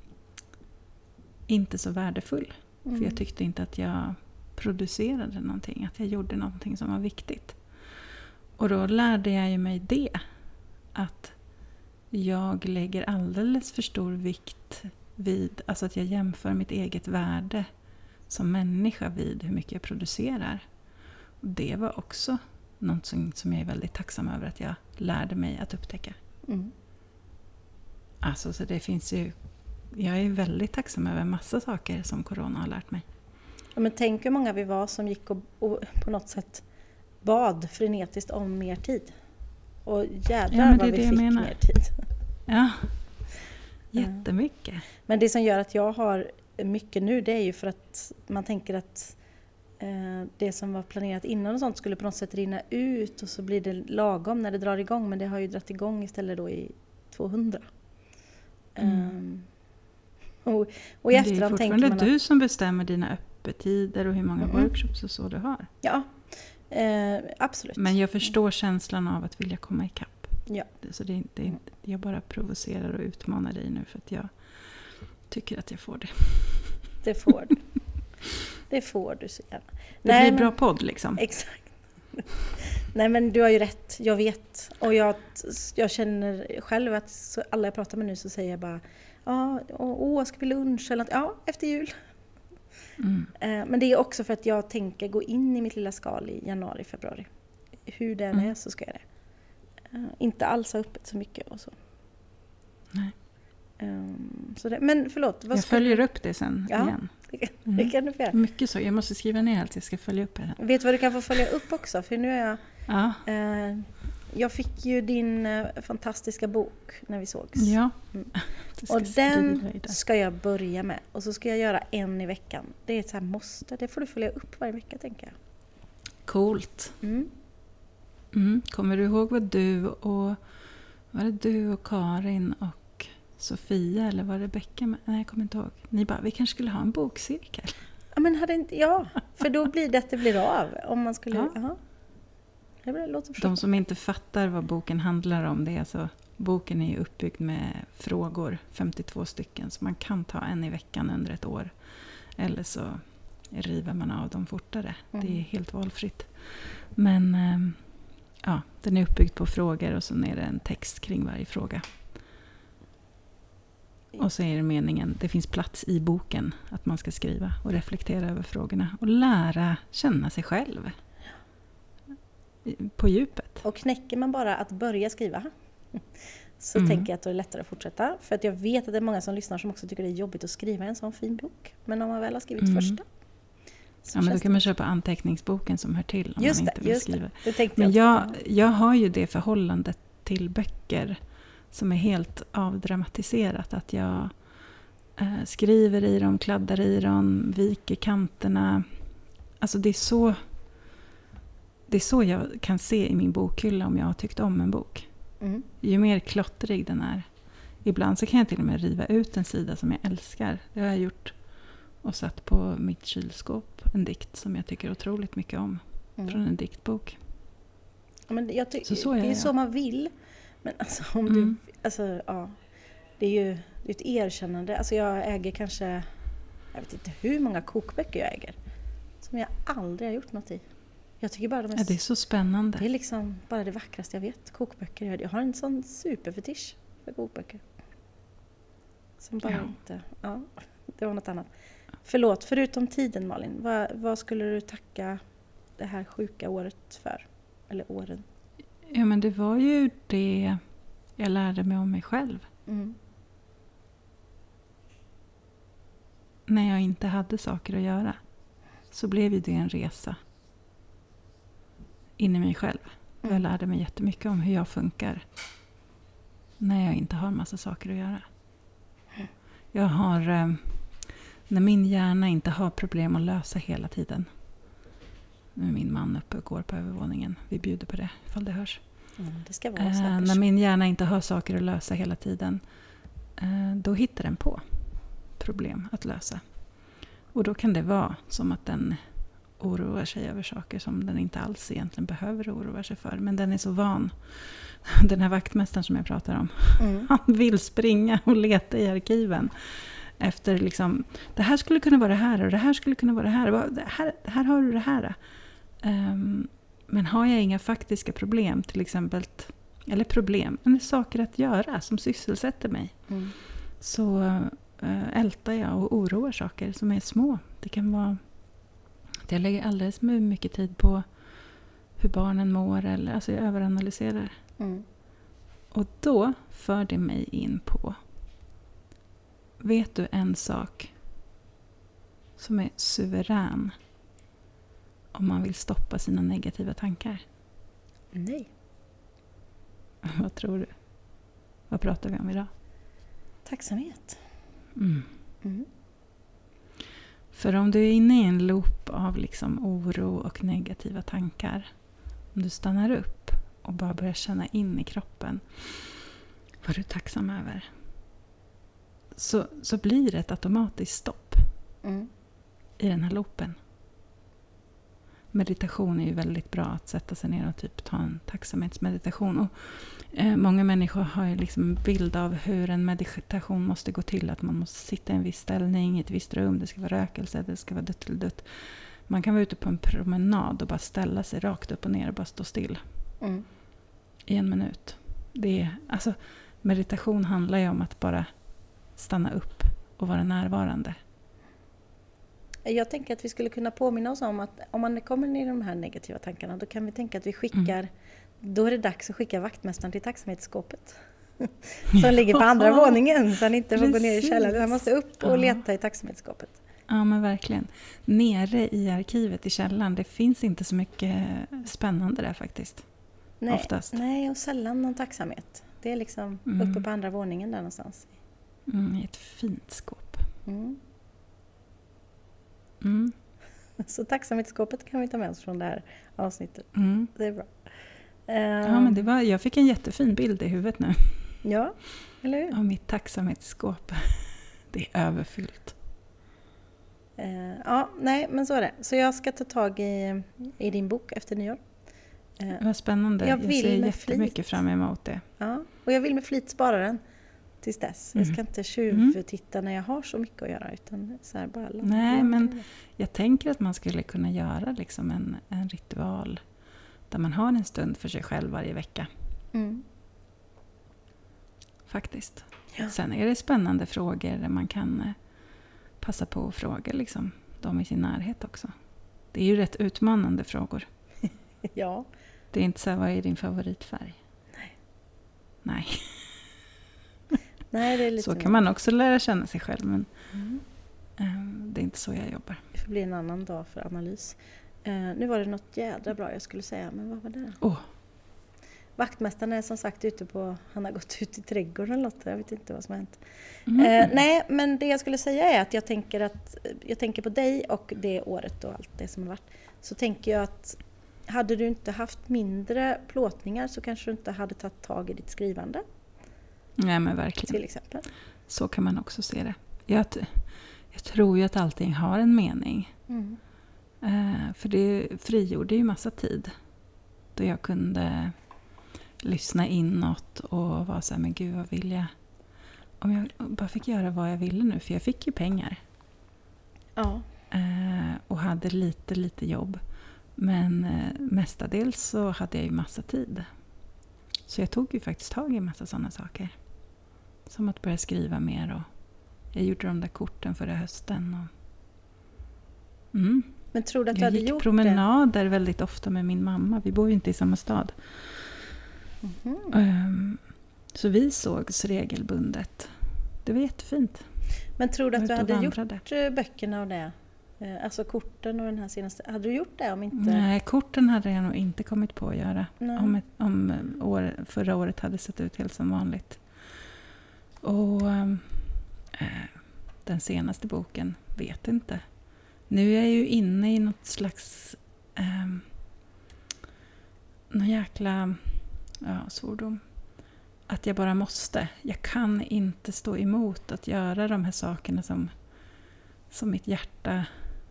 inte så värdefull. Mm. För jag tyckte inte att jag producerade någonting. Att jag gjorde någonting som var viktigt. Och då lärde jag ju mig det. Att jag lägger alldeles för stor vikt vid, alltså att jag jämför mitt eget värde som människa vid hur mycket jag producerar. Och det var också något som, som jag är väldigt tacksam över att jag lärde mig att upptäcka.
Mm.
Alltså, så det finns ju... Jag är väldigt tacksam över en massa saker som corona har lärt mig.
Ja, men tänk hur många vi var som gick och, och på något sätt bad frenetiskt om mer tid. Och jädrar
Ja, men det
vad
är
vi
det jag
fick
menar.
mer tid.
Ja, jättemycket.
Men det som gör att jag har mycket nu, det är ju för att man tänker att eh, det som var planerat innan och sånt skulle på något sätt rinna ut och så blir det lagom när det drar igång. Men det har ju dragit igång istället då i tvåhundra. Mm. Um, och, och i efterhand tänker man...
Det är fortfarande du som bestämmer dina öppettider och hur många mm. workshops och så du har.
Ja, eh, absolut.
Men jag förstår känslan av att vilja komma ikapp.
Ja.
Så det är inte, mm. jag bara provocerar och utmanar dig nu för att jag tycker att jag får det.
Det får du. Det får du så gärna.
Det Nej, blir men, bra podd liksom.
Exakt. Nej, men du har ju rätt. Jag vet. Och jag, jag känner själv att så alla jag pratar med nu så säger jag bara ja, åh, ska vi lunch eller något? Ja, efter jul. Mm. Men det är också för att jag tänker gå in i mitt lilla skal i januari, februari. Hur den mm. är så ska jag det. Uh, inte alls ha öppet så mycket och så.
Nej.
Um, så det, men förlåt.
Vad jag följer du... upp det sen
ja,
igen.
Det kan, mm. det kan du få göra.
Mycket så. Jag måste skriva ner allt jag ska följa upp här.
Vet du vad du kan få följa upp också? För nu är jag...
Ja.
Uh, jag fick ju din uh, fantastiska bok när vi sågs.
Ja.
Mm. Och den ska jag börja med. Och så ska jag göra en i veckan. Det är ett så här måste. Det får du följa upp varje vecka, tänker jag.
Coolt.
Mm.
Mm. Kommer du ihåg vad du och... Var det du och Karin och Sofia eller var det Rebecka? Nej, jag kommer inte ihåg. Ni bara, vi kanske skulle ha en bokcirkel.
Ja, men hade inte... Ja, för då blir det att det blir av. Om man skulle...
Ja.
Aha. Det blir, låter
De som inte fattar vad boken handlar om, det är alltså... Boken är ju uppbyggd med frågor, femtiotvå stycken, så man kan ta en i veckan under ett år. Eller så river man av dem fortare. Mm. Det är helt valfritt. Men ja, den är uppbyggd på frågor och så är det en text kring varje fråga. Och så är det meningen, det finns plats i boken att man ska skriva och reflektera över frågorna. Och lära känna sig själv. På djupet.
Och knäcker man bara att börja skriva så
mm.
tänker jag att det är lättare att fortsätta. För att jag vet att det är många som lyssnar som också tycker det är jobbigt att skriva en sån fin bok. Men om man väl har skrivit mm. första.
Ja, men då kan man köpa anteckningsboken som hör till om
just
man inte
det,
vill
just
skriva.
Det. Det
men
jag,
jag, jag har ju det förhållandet till böcker som är helt avdramatiserat. Att jag eh, skriver i dem, kladdar i dem, viker kanterna. Alltså det är så... Det är så jag kan se i min bokhylla om jag har tyckt om en bok. Mm. Ju mer klottrig den är. Ibland så kan jag till och med riva ut en sida som jag älskar. Det har jag gjort och satt på mitt kylskåp. En dikt som jag tycker otroligt mycket om. Mm. Från en diktbok.
Ja, men jag ty-
så så är
det är
jag.
så man vill. Men alltså om
mm.
du... Alltså, ja, det är ju det är ett erkännande. Alltså jag äger kanske... Jag vet inte hur många kokböcker jag äger. Som jag aldrig har gjort något i. Jag tycker bara de är,
ja, det är så spännande.
Det är liksom bara det vackraste jag vet. Kokböcker. Jag har en sån superfetisch för kokböcker. Som bara
ja.
inte... Ja, det var något annat. Förlåt, förutom tiden Malin. Vad, vad skulle du tacka det här sjuka året för? Eller åren?
Ja, men det var ju det jag lärde mig om mig själv.
Mm.
När jag inte hade saker att göra. Så blev ju det en resa. In i mig själv. Mm. Jag lärde mig jättemycket om hur jag funkar. När jag inte har en massa saker att göra. Mm. Jag har... Eh, när min hjärna inte har problem att lösa hela tiden. Nu är min man uppe och går på övervåningen. Vi bjuder på det ifall det hörs.
Mm, det ska vara
eh, när min hjärna inte har saker att lösa hela tiden. Eh, då hittar den på problem att lösa. Och då kan det vara som att den oroar sig över saker som den inte alls egentligen behöver oroa sig för. Men den är så van. Den här vaktmästaren som jag pratar om. Mm. Han vill springa och leta i arkiven. Efter liksom, det här skulle kunna vara det här och det här skulle kunna vara det här. Det här, här har du det här. Um, men har jag inga faktiska problem till exempel, eller problem, men saker att göra som sysselsätter mig. Mm. Så uh, ältar jag och oroar saker som är små. Det kan vara att jag lägger alldeles mycket tid på hur barnen mår. Eller, alltså jag överanalyserar. Mm. Och då för det mig in på vet du en sak som är suverän om man vill stoppa sina negativa tankar?
Nej.
Vad tror du? Vad pratar vi om idag?
Tacksamhet.
Mm.
Mm.
För om du är inne i en loop av liksom oro och negativa tankar, om du stannar upp och bara börjar känna in i kroppen vad du är tacksam över, så, så blir det ett automatiskt stopp
Mm.
i den här loopen. Meditation är ju väldigt bra att sätta sig ner och typ ta en tacksamhetsmeditation. Och, eh, många människor har ju liksom en bild av hur en meditation måste gå till. Att man måste sitta i en viss ställning, i ett visst rum, det ska vara rökelse, det ska vara dutt eller dutt. Man kan vara ute på en promenad och bara ställa sig rakt upp och ner och bara stå still.
Mm.
I en minut. Det är, alltså, meditation handlar ju om att bara stanna upp och vara närvarande.
Jag tänker att vi skulle kunna påminna oss om att om man kommer i de här negativa tankarna, då kan vi tänka att vi skickar, mm. då är det dags att skicka vaktmästaren till tacksamhetsskåpet. Som ligger på andra våningen, så han inte får gå ner i källaren. Han måste upp och ja. leta i tacksamhetsskåpet.
Ja, men verkligen. Nere i arkivet i källaren, det finns inte så mycket spännande där faktiskt.
Nej,
oftast.
Nej, och sällan någon tacksamhet. Det är liksom mm. uppe på andra våningen där någonstans.
Mm, i ett fint skåp.
Mm.
Mm.
Så tacksamhetsskåpet kan vi ta med oss från det här avsnittet.
Mm.
Det är bra.
Ja, men det var, jag fick en jättefin bild i huvudet nu.
Ja, eller hur?
Av mitt tacksamhetsskåp. Det är överfyllt.
Uh, ja, nej, men så är det. Så jag ska ta tag i, i din bok efter nyår.
Uh, Vad spännande. Jag, jag ser jättemycket flit. fram emot det.
Ja, och jag vill med flit spara den tills dess. Mm. Jag ska inte tjuvtitta mm. när jag har så mycket att göra. Utan så här bara
nej, men jag tänker att man skulle kunna göra liksom en, en ritual där man har en stund för sig själv varje vecka.
Mm.
Faktiskt.
Ja.
Sen är det spännande frågor där man kan eh, passa på att fråga liksom, de i sin närhet också. Det är ju rätt utmanande frågor.
Ja.
Det är inte så här, vad är din favoritfärg?
Nej.
Nej.
Nej, det är lite
så kan man också lära känna sig själv, men
mm.
eh, det är inte så jag jobbar.
Det får bli en annan dag för analys. Eh, nu var det något jädra bra jag skulle säga, men vad var det?
Oh.
Vaktmästaren är som sagt ute på, han har gått ut i trädgården eller något, jag vet inte vad som har hänt.
Mm.
Eh, nej, men det jag skulle säga är att jag tänker att jag tänker på dig och det året och allt det som har varit. Så tänker jag att hade du inte haft mindre plåtningar så kanske du inte hade tagit tag i ditt skrivande.
Nej, men verkligen.
Till exempel.
Så kan man också se det. Jag, jag tror ju att allting har en mening.
Mm.
Eh, för det frigjorde ju massa tid. Då jag kunde lyssna inåt och vara så här, men gud vad vill jag? Om jag bara fick göra vad jag ville nu, för jag fick ju pengar.
Ja.
Eh, och hade lite, lite jobb. Men eh, mestadels så hade jag ju massa tid. Så jag tog ju faktiskt tag i massa sådana saker. Som att börja skriva mer, och jag gjorde de där korten förra hösten. Och mm.
Men tror du att du
jag
hade
gick
gjort
promenader det? väldigt ofta med min mamma. Vi bor ju inte i samma stad.
Mm-hmm.
Um, så vi sågs regelbundet. Det var jättefint.
Men tror du att du hade
vandrade.
gjort böckerna av det? Alltså korten och den här senaste. Hade du gjort det om inte?
Nej, korten hade jag nog inte kommit på att göra.
Nej.
Om, ett, om år, förra året hade sett ut helt som vanligt. Och um, äh, den senaste boken, vet inte. Nu är jag ju inne i något slags um, någon jäkla ja, svordom. Att jag bara måste. Jag kan inte stå emot att göra de här sakerna som, som mitt hjärta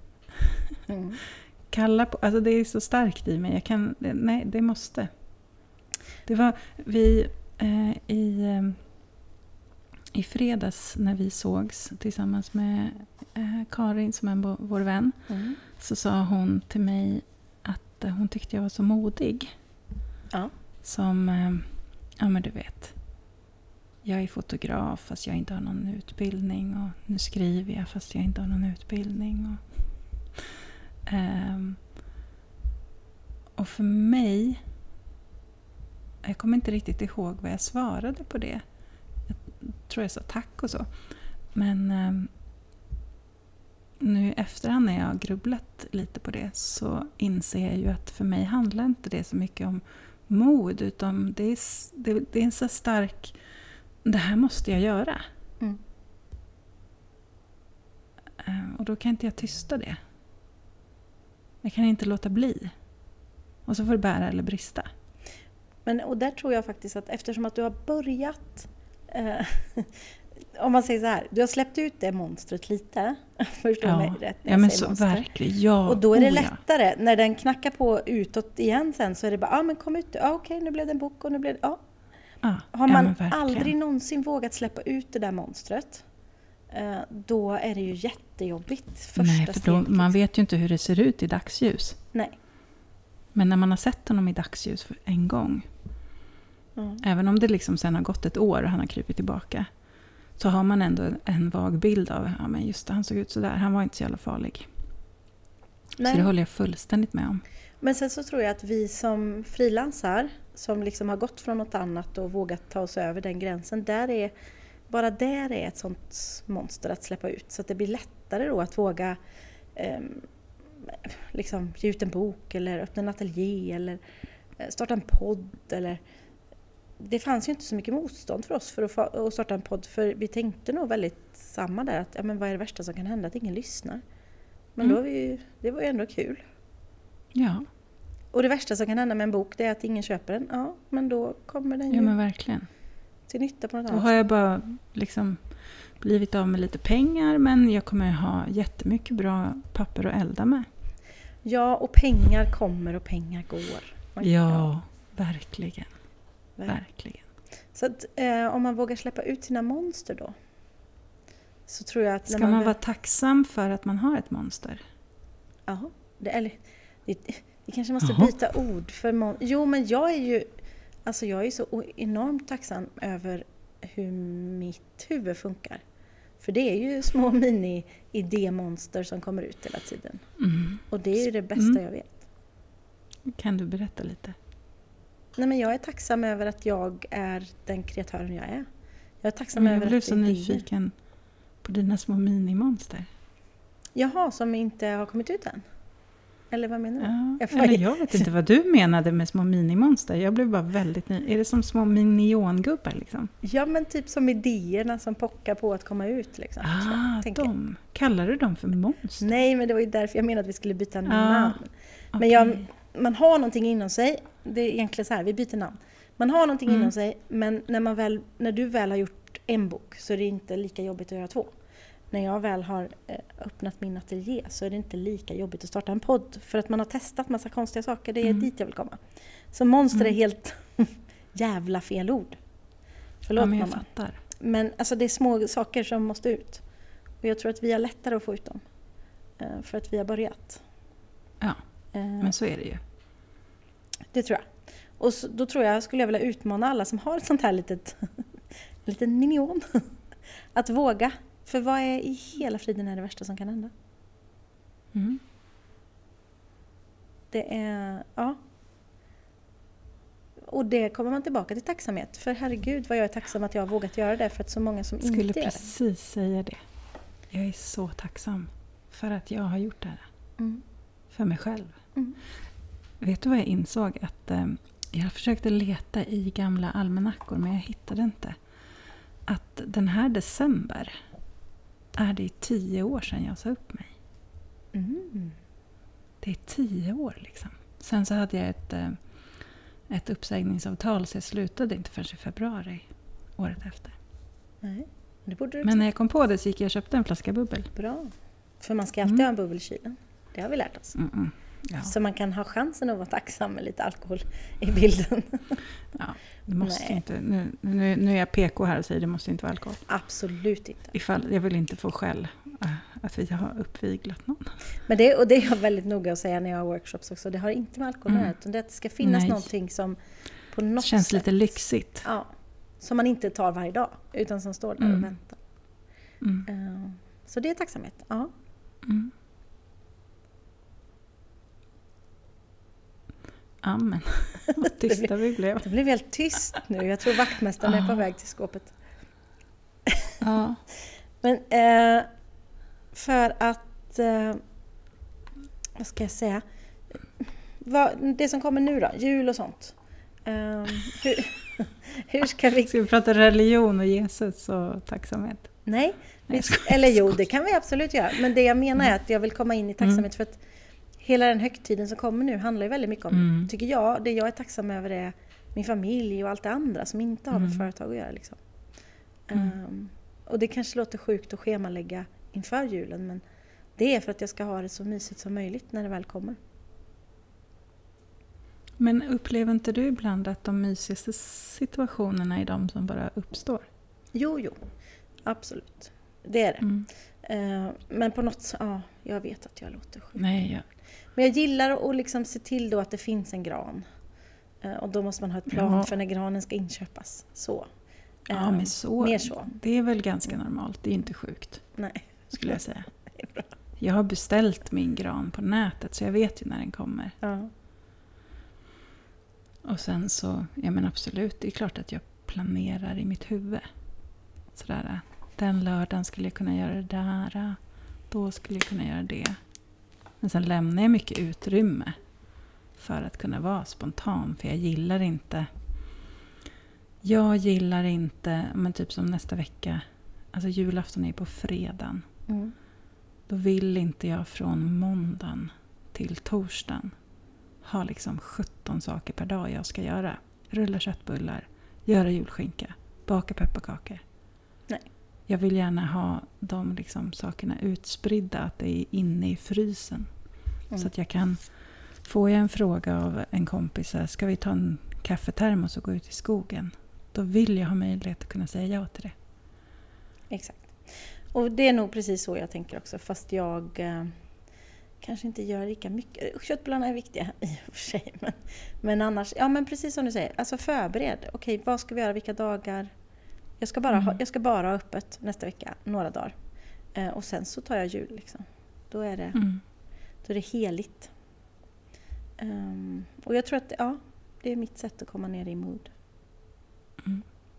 mm.
kallar på. Alltså det är så starkt i mig. Jag kan, nej, det måste. Det var vi eh, i, eh, i fredags när vi sågs tillsammans med eh, Karin som är bo- vår vän.
Mm.
Så sa hon till mig att eh, hon tyckte jag var så modig.
Ja.
Som, eh, ja men du vet. Jag är fotograf fast jag inte har någon utbildning. Och nu skriver jag fast jag inte har någon utbildning. Och, Um, och för mig, jag kommer inte riktigt ihåg vad jag svarade på det. Jag tror jag sa tack och så. Men eh, nu efterhand när jag har grubblat lite på det så inser jag ju att för mig handlar inte det så mycket om mod, utan det är, det, det är en så stark, det här måste jag göra.
Mm.
Eh, och då kan inte jag tysta det. Jag kan inte låta bli. Och så får det bära eller brista.
Men, och där tror jag faktiskt att eftersom att du har börjat, eh, om man säger så här, du har släppt ut det monstret lite. Förstår
Ja,
mig rätt när
ja
jag
men
säger
så
monster.
verkligen. Ja,
Och då är det
oh,
lättare, när den knackar på utåt igen sen så är det bara, ja ah, men kom ut, ja ah, okej okay, nu blev det en bok och nu blev det, ja.
Ja.
Har
Ja,
man
men
aldrig någonsin vågat släppa ut det där monstret, eh, då är det ju jättejobbigt. Första
Nej, för då,
steget,
man
liksom.
vet ju inte hur det ser ut i dagsljus.
Nej.
Men när man har sett honom i dagsljus för en gång,
Mm.
även om det liksom sen har gått ett år och han har krypit tillbaka, så har man ändå en vag bild av, ja men just det, han såg ut så där, han var inte så jävla farlig.
Nej.
Så det håller jag fullständigt med om.
Men sen så tror jag att vi som frilansar, som liksom har gått från något annat och vågat ta oss över den gränsen, där är, bara där är ett sånt monster att släppa ut. Så att det blir lättare då att våga eh, liksom ge ut en bok eller öppna en ateljé eller starta en podd. Eller... Det fanns ju inte så mycket motstånd för oss för att, få, att starta en podd, för vi tänkte nog väldigt samma där, att ja, men vad är det värsta som kan hända, att ingen lyssnar. Men
Mm.
då är vi, det var ju ändå kul.
Ja,
Och det värsta som kan hända med en bok, det är att ingen köper den. Ja, men då kommer den ju
ja men verkligen.
till nytta på något
Då
annat
har jag bara liksom blivit av med lite pengar, men jag kommer ha jättemycket bra papper att elda med.
Ja, och pengar kommer och pengar går. Man,
Ja, verkligen.
ver-
Verkligen.
Så att, eh, om man vågar släppa ut sina monster då, så tror jag att...
Ska
när
man
väl-
vara tacksam för att man har ett monster?
Ja, det, eller, det, vi kanske måste
Jaha.
byta ord för mon- Jo, men jag är ju alltså jag är så o- enormt tacksam över hur mitt huvud funkar. För det är ju små mini-idémonster som kommer ut hela tiden.
Mm.
Och det är ju det bästa
Mm.
jag vet.
Kan du berätta lite?
Nej, men jag är tacksam över att jag är den kreatören jag är. Jag är tacksam
Men jag
över
blev
att
så
det är
nyfiken på dina små minimonster.
Jaha, som inte har kommit ut än? Eller vad menar du?
Ja,
Jag får-
eller jag vet inte vad du menade med små minimonster. Jag blev bara väldigt ny. Är det som små miniongubbar liksom?
Ja, men typ som idéerna som pockar på att komma ut. Liksom, så,
Ah,
tänker jag.
de. Kallar du dem för monster?
Nej, men det var ju därför jag menade att vi skulle byta
Ah,
namn. Men
okej.
jag, man har någonting inom sig. Det är egentligen så här, vi byter namn. Man har någonting
Mm.
inom sig, men när, man väl, när du väl har gjort en bok så är det inte lika jobbigt att göra två. När jag väl har eh, öppnat min ateljé så är det inte lika jobbigt att starta en podd. För att man har testat massa konstiga saker, det är
Mm.
dit jag vill komma. Så monster
Mm.
är helt jävla fel ord. Förlåt
Ja, men jag
mamma.
fattar.
Men alltså, det är små saker som måste ut. Och jag tror att vi har lättare att få ut dem. Eh, för att vi har börjat.
Ja,
Eh,
men så är det ju.
Det tror jag. Och så, då tror jag skulle jag vilja utmana alla som har ett sånt här litet, litet minion. Att våga. För vad är i hela friden är det värsta som kan hända?
Mm.
Det är, ja. Och det kommer man tillbaka till tacksamhet. För herregud vad jag är tacksam att jag har vågat göra det, för att så många som
Jag skulle
inte gör det.
precis säga det. Jag är så tacksam för att jag har gjort det här.
Mm.
För mig själv.
Mm.
Vet du vad jag insåg? Att eh, jag försökte leta i gamla almanackor, men jag hittade inte. Att den här december är det tio år sedan jag sa upp mig.
Mm.
Det är tio år liksom. Sen så hade jag ett, eh, ett uppsägningsavtal, så jag slutade inte förrän i februari året efter.
Nej, det borde du
Men när jag kom på det så gick jag och köpte en flaska bubbel.
bra. För man ska alltid
Mm.
ha en bubbel i kylen. Det har vi lärt oss.
Mm -mm. Ja.
Så man kan ha chansen att vara tacksam med lite alkohol i bilden.
Ja, det måste
Nej.
inte, nu, nu, nu är jag P K här och säger det måste inte vara alkohol.
Absolut inte.
Ifall, jag vill inte få skäll äh, att vi har uppviglat någon.
Men det, och det är jag väldigt noga att säga när jag har workshops också. Det har inte med alkohol att
Mm.
göra, utan det är att det ska finnas
Nej.
någonting som på något
Det känns
sätt,
lite lyxigt.
ja, som man inte tar varje dag, utan som står där
Mm.
och väntar.
Mm.
Uh, så det är tacksamhet. Ja.
Mm. Amen. Vad tysta vi blev.
Det blev helt tyst nu. Jag tror vaktmästaren är på väg till skåpet.
Ja.
Men eh, för att, eh, vad ska jag säga, vad, det som kommer nu då, jul och sånt. Um, hur, hur ska vi...
Ska vi prata religion och Jesus och tacksamhet?
Nej, vi,
Nej ska,
eller jo, det kan vi absolut göra. Men det jag menar är att jag vill komma in i tacksamhet mm. för att hela den högtiden som kommer nu handlar ju väldigt mycket om, mm. tycker jag, det jag är tacksam över är min familj och allt det andra som inte har med mm. företag att göra. Liksom. Mm. Um, och det kanske låter sjukt att schemalägga inför julen, men det är för att jag ska ha det så mysigt som möjligt när det väl kommer.
Men upplever inte du ibland att de mysigaste situationerna är de som bara uppstår?
Jo, jo. Absolut. Det är det.
Mm.
Uh, men på något sätt, ja, jag vet att jag låter sjuk.
Nej, ja.
Men jag gillar att liksom se till då att det finns en gran. Uh, och då måste man ha ett plan ja. för när granen ska inköpas. Så. Uh,
ja, men så,
mer så.
Det är väl ganska normalt. Det är inte sjukt.
Nej.
Skulle jag säga. Jag har beställt min gran på nätet så jag vet ju när den kommer.
Ja.
Och sen så, ja men absolut, det är klart att jag planerar i mitt huvud. Sådär, den lördagen skulle jag kunna göra det där, då skulle jag kunna göra det. Men sen lämnar jag mycket utrymme för att kunna vara spontan, för jag gillar inte, jag gillar inte, men typ som nästa vecka, alltså julafton är på fredagen.
Mm.
Då vill inte jag från måndagen till torsdagen ha liksom sjutton saker per dag jag ska göra. Rulla köttbullar, göra julskinka, baka pepparkakor.
Nej.
Jag vill gärna ha de liksom sakerna utspridda, att det är inne i frysen. Mm. Så att jag kan, får jag en fråga av en kompis, ska vi ta en kaffetermos och gå ut i skogen? Då vill jag ha möjlighet att kunna säga ja till det.
Exakt. Och det är nog precis så jag tänker också, fast jag... Eh... kanske inte gör lika mycket. Köttbullarna är viktiga i och för sig. Men, men annars, ja men precis som du säger. Alltså förbered. Okej, vad ska vi göra? Vilka dagar? Jag ska bara, mm. ha, jag ska bara ha öppet nästa vecka. Några dagar. Eh, och sen så tar jag jul liksom. Då är det,
mm.
då är det heligt. Um, och jag tror att ja, det är mitt sätt att komma ner i mod.
Mm.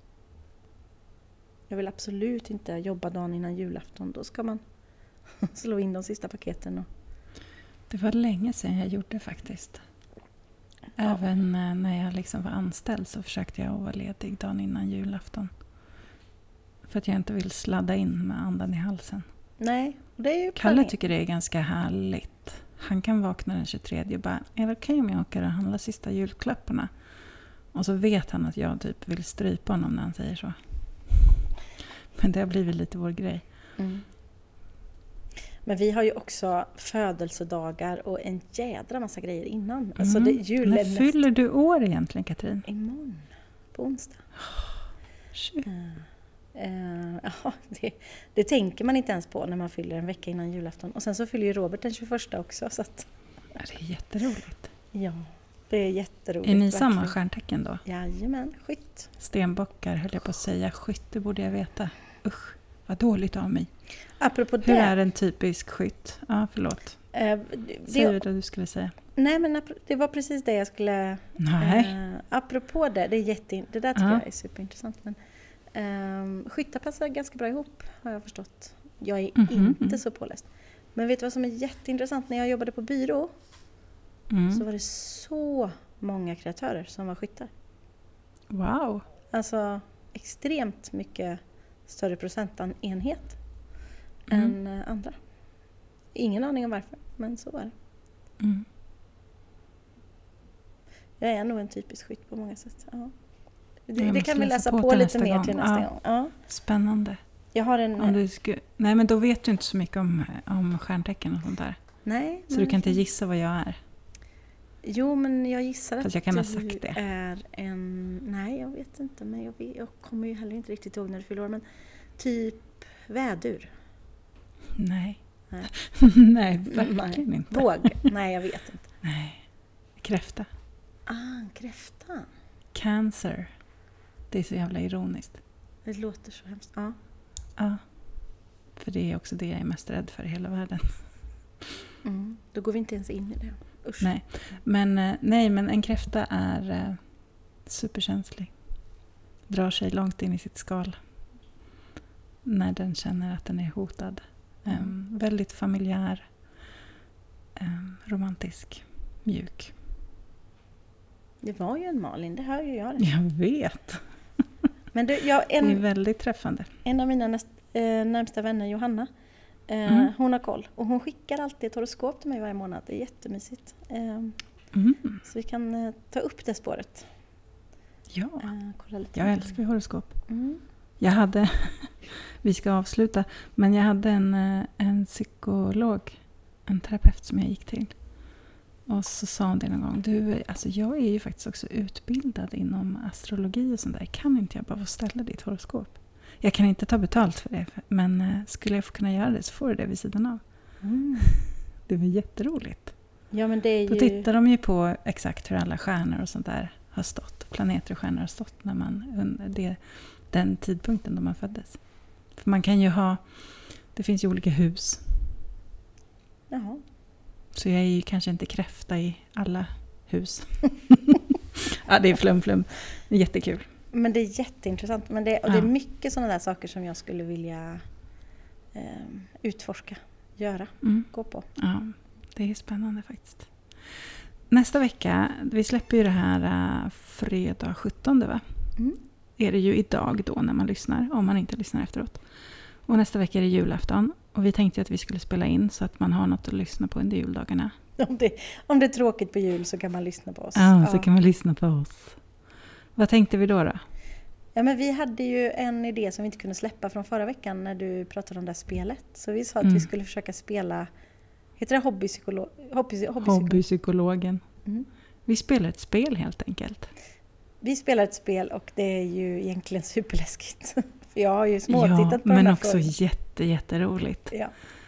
Jag vill absolut inte jobba dagen innan julafton. Då ska man slå in de sista paketen och
det var länge sedan jag gjorde faktiskt. Även ja. när jag liksom var anställd så försökte jag att vara ledig dagen innan julafton. För att jag inte vill sladda in med andan i halsen.
Nej, det är ju
Kalle planen. Tycker det är ganska härligt. Han kan vakna den tjugotre och bara, är det okej om jag åker och handlar sista julklapparna? Och så vet han att jag typ vill strypa honom när han säger så. Men det har blivit lite vår grej.
Mm. Men vi har ju också födelsedagar och en jädra massa grejer innan. Mm. Alltså det, julen
När fyller näst... du år egentligen, Katrin?
Imorgon, på onsdag.
Shit.
Uh, uh, ja, det, det tänker man inte ens på när man fyller en vecka innan julafton. Och sen så fyller ju Robert den tjugoförsta också. Så att...
ja, det är jätteroligt.
Ja, det är jätteroligt.
Är ni
verkligen.
Samma stjärntecken då?
Jajamän, skytt.
Stenbockar höll jag på att säga. Skytt, det borde jag veta. Usch. Vad dåligt av mig.
Apropå det.
Hur är en typisk skytt? Ja, förlåt.
Eh,
Säg det du skulle säga.
Nej, men det var precis det jag skulle...
Nej.
Eh, apropå det, det är jätte, det där tycker uh-huh. jag är superintressant. Men, eh, skyttar passar ganska bra ihop, har jag förstått. Jag är mm-hmm. inte så påläst. Men vet du vad som är jätteintressant? När jag jobbade på byrå mm. så var det så många kreatörer som var skyttar.
Wow.
Alltså extremt mycket... större procentenhet
mm.
än andra. Ingen aning om varför, men så var det.
Mm.
Jag är nog en typisk skytt på många sätt. Ja. Det,
det
kan vi läsa på, på lite mer gång. till nästa
ja.
gång. Ja.
Spännande.
Jag har en...
Om du sku... Nej, men då vet du inte så mycket om, om stjärntecken och sånt där.
Nej.
Så nej. Du kan inte gissa vad jag är.
Jo, men jag gissar
att
jag
kan
du
ha sagt det.
är en... Nej, jag vet inte. Men jag, vet, jag kommer ju heller inte riktigt ihåg när du fyller år. Men typ vädur.
Nej.
Nej,
Nej verkligen
Nej.
inte.
Våg? Nej, jag vet inte.
Nej. Kräfta.
Ah, kräfta.
Cancer. Det är så jävla ironiskt.
Det låter så hemskt. Ja.
Ja. För det är också det jag är mest rädd för i hela världen.
Mm. Då går vi inte ens in i det. Usch.
Nej. Men, nej, men en kräfta är eh, superkänslig. Drar sig långt in i sitt skal. när den känner att den är hotad. Mm. Um, väldigt familjär, um, romantisk, mjuk.
Det var ju en Malin, det hör ju jag. Det.
Jag vet.
Men du, jag, en,
det är väldigt träffande.
En av mina näst, eh, närmsta vänner, Johanna, eh, mm. hon har koll. Och hon skickar alltid ett horoskop till mig varje månad. Det är jättemysigt. Eh, mm. Så vi kan eh, ta upp det spåret.
Ja,
eh, kolla lite
jag älskar horoskop. Mm. Jag hade, vi ska avsluta, men jag hade en, en psykolog, en terapeut som jag gick till. Och så sa hon det någon gång, du, alltså jag är ju faktiskt också utbildad inom astrologi och sånt där. Kan inte jag bara få ställa ditt horoskop? Jag kan inte ta betalt för det, men skulle jag få kunna göra det så får du det vid sidan av. Mm. Det var jätteroligt.
Ja, men det är ju...
Då tittar de ju på exakt hur alla stjärnor och sånt där har stått. Planeter och stjärnor har stått när man, det, den tidpunkten då man föddes. För man kan ju ha, det finns ju olika hus.
Jaha.
Så jag är ju kanske inte kräfta i alla hus. Ja, det är flum flum. Det är jättekul.
Men det är jätteintressant. Men det, och det är mycket sådana där saker som jag skulle vilja eh, utforska, göra, mm. gå på.
Ja, det är spännande faktiskt. Nästa vecka, vi släpper ju det här uh, fredag sjuttonde va? Mm. Är det ju idag då när man lyssnar, om man inte lyssnar efteråt. Och nästa vecka är det julafton. Och vi tänkte att vi skulle spela in så att man har något att lyssna på under juldagarna.
Om det, om det är tråkigt på jul så kan man lyssna på oss.
Ja, så ja. kan man lyssna på oss. Vad tänkte vi då då?
Ja, men vi hade ju en idé som vi inte kunde släppa från förra veckan när du pratade om det här spelet. Så vi sa att mm. vi skulle försöka spela, heter det hobbypsykolog, hobby, hobbypsykolog?
Hobbypsykologen. Mm. Vi spelar ett spel helt enkelt.
Vi spelar ett spel och det är ju egentligen superläskigt. För jag har ju småtittat
ja,
på
men
den här
också frågan. jätte, jätteroligt.
Ja.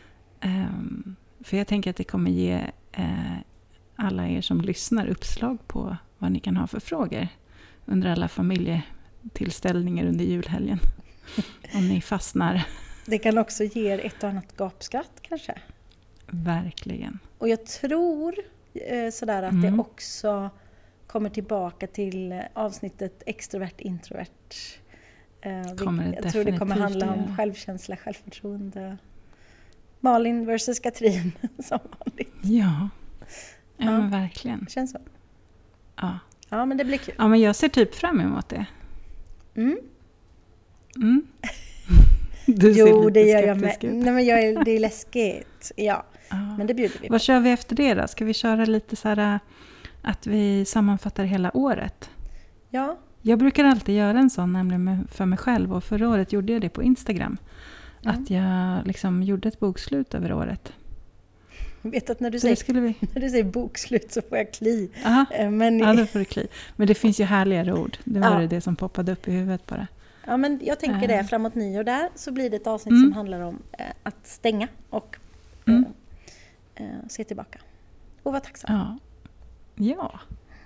Um, för jag tänker att det kommer ge uh, alla er som lyssnar uppslag på vad ni kan ha för frågor under alla familjetillställningar under julhelgen. Om ni fastnar.
Det kan också ge er ett och annat gapskratt kanske.
Verkligen.
Och jag tror eh, sådär att mm. det också kommer tillbaka till avsnittet extrovert, introvert. Eh,
kommer
jag tror det kommer handla om ja. självkänsla, självförtroende. Malin versus Katrin som vanligt.
Ja, ja, ja. men verkligen.
Det känns så.
Ja.
Ja, men det blir kul.
Ja, men jag ser typ fram emot det.
Mm.
Mm. Du ser
jo,
lite
det gör jag med.
Ut.
Nej, men jag är, det är läskigt. Ja,
ja.
Men det bjuder vi på.
Vad kör vi efter det då? Ska vi köra lite så här att vi sammanfattar hela året?
Ja.
Jag brukar alltid göra en sån nämligen för mig själv. Och förra året gjorde jag det på Instagram. Mm. Att jag liksom gjorde ett bokslut över året.
Jag vet att när du, säger,
vi...
när du säger bokslut så får jag kli.
Aha.
Men...
Ja, då får du kli. Men det finns ju härligare ord. Det var ja. det som poppade upp i huvudet bara.
Ja, men jag tänker det. Framåt nyår där så blir det ett avsnitt mm. som handlar om eh, att stänga och mm. eh, eh, se tillbaka. Och vara tacksam.
Ja. ja.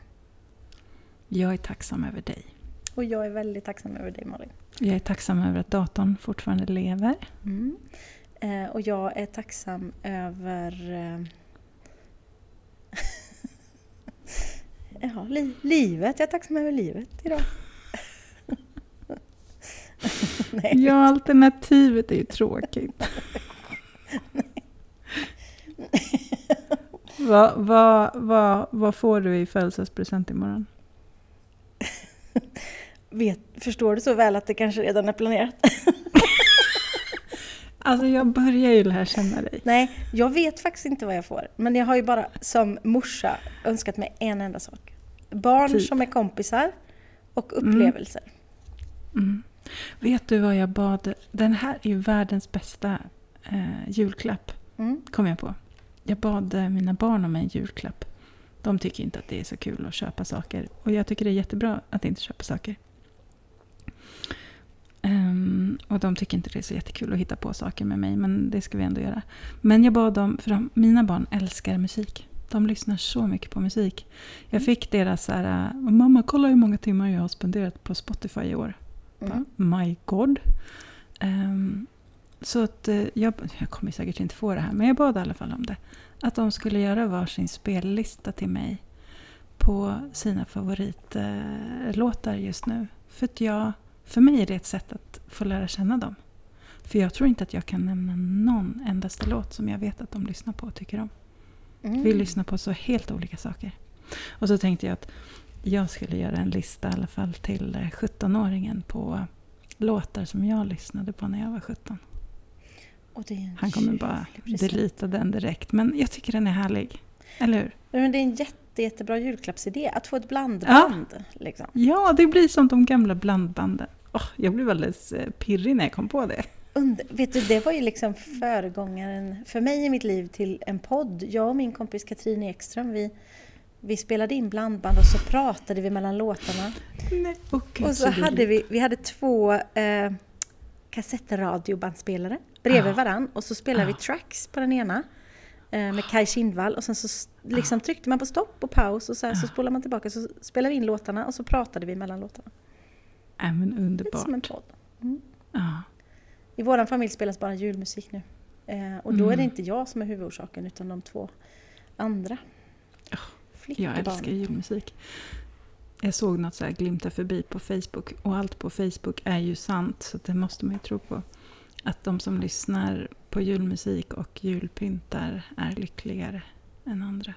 Jag är tacksam över dig.
Och jag är väldigt tacksam över dig, Malin.
Jag är tacksam över att datorn fortfarande lever.
Mm. Eh, och jag är tacksam över eh, ja, li- livet. Jag är tacksam över livet idag.
Nej. Ja, alternativet är ju tråkigt. vad, vad, vad, vad får du i födelsedagspresent imorgon?
Vet, förstår du så väl att det kanske redan är planerat?
Alltså jag börjar ju lära känna dig.
Nej, jag vet faktiskt inte vad jag får. Men jag har ju bara som morsa önskat mig en enda sak. Barn typ. Som är kompisar och upplevelser.
Mm. Mm. Vet du vad jag bad? Den här är ju världens bästa eh, julklapp. Mm. Kom jag på. Jag bad mina barn om en julklapp. De tycker inte att det är så kul att köpa saker. Och jag tycker det är jättebra att inte köpa saker. Um, och de tycker inte det är så jättekul att hitta på saker med mig. Men det ska vi ändå göra. Men jag bad dem, för de, mina barn älskar musik. De lyssnar så mycket på musik. Jag fick deras så här, mamma kolla hur många timmar jag har spenderat på Spotify i år. Mm. My God. Um, så att jag, jag kommer säkert inte få det här. Men jag bad i alla fall om det. Att de skulle göra varsin spellista till mig. På sina favoritlåtar just nu. För att jag, för mig är det ett sätt att få lära känna dem. För jag tror inte att jag kan nämna någon endaste låt som jag vet att de lyssnar på och tycker om. Mm. Vi lyssnar på så helt olika saker. Och så tänkte jag att jag skulle göra en lista i alla fall till sjuttonåringen på låtar som jag lyssnade på när jag var sjutton.
Och det är en
Han kommer bara delita den direkt. Men jag tycker den är härlig. Eller hur?
Men det är en jätte, jättebra julklappsidé. Att få ett blandband.
Ja,
liksom.
Ja det blir som de gamla blandbanden. Oh, jag blev alldeles pirrig när jag kom på det.
Under, vet du, det var ju liksom föregångaren för mig i mitt liv till en podd. Jag och min kompis Katrin Ekström, vi, vi spelade in blandband och så pratade vi mellan låtarna.
Nej, okay,
och så, så hade vi, vi hade två eh, kassettradiobandsspelare bredvid ah. varann. Och så spelade ah. vi tracks på den ena eh, med Kaj Kindvall. Och sen så liksom ah. tryckte man på stopp och paus och så, här, ah. så spolade man tillbaka. Så spelade vi in låtarna och så pratade vi mellan låtarna.
Äh, men underbart.
Lite som en podd. Mm.
Ah.
I vår familj spelas bara julmusik nu. Eh, och då mm. är det inte jag som är huvudorsaken utan de två andra.
Oh, jag älskar julmusik. Jag såg något så här glimta förbi på Facebook. Och allt på Facebook är ju sant. Så det måste man ju tro på. Att de som lyssnar på julmusik och julpyntar är lyckligare än andra.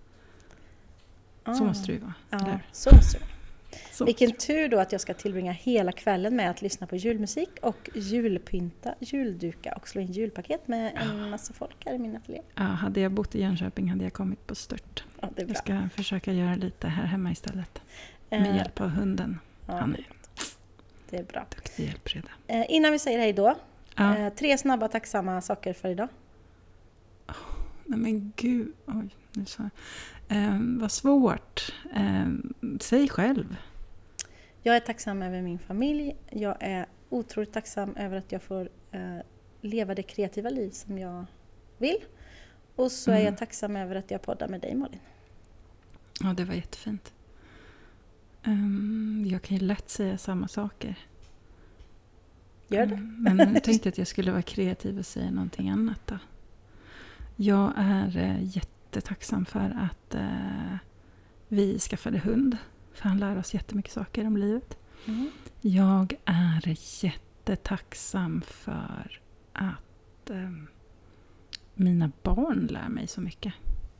Ah. Så måste det ju vara.
Ja,
eller?
Så måste det vara.
Så
Vilken tur då att jag ska tillbringa hela kvällen med att lyssna på julmusik och julpynta, julduka och slå in julpaket med en massa folk här i min ateljé.
Ja, hade jag bott i Jönköping hade jag kommit på stört.
Ja, det är bra.
Jag ska försöka göra lite här hemma istället. Med uh, hjälp av hunden.
Ja,
Han är
det är bra.
Duktig hjälpreda.
Uh, innan vi säger hej då.
Ja.
Uh, tre snabba tacksamma saker för idag.
Oh, nej men gud. Oj, nu sa jag. Uh, vad svårt. Uh, säg själv.
Jag är tacksam över min familj. Jag är otroligt tacksam över att jag får uh, leva det kreativa liv som jag vill. Och så mm. är jag tacksam över att jag poddar med dig, Malin.
Ja, det var jättefint. Um, jag kan ju lätt säga samma saker.
Gör det.
Um, men jag tänkte att jag skulle vara kreativ och säga någonting annat då. Jag är uh, jättetacksam för att uh, vi skaffade hund. För han lär oss jättemycket saker om livet. Mm. Jag är jättetacksam för att um, mina barn lär mig så mycket.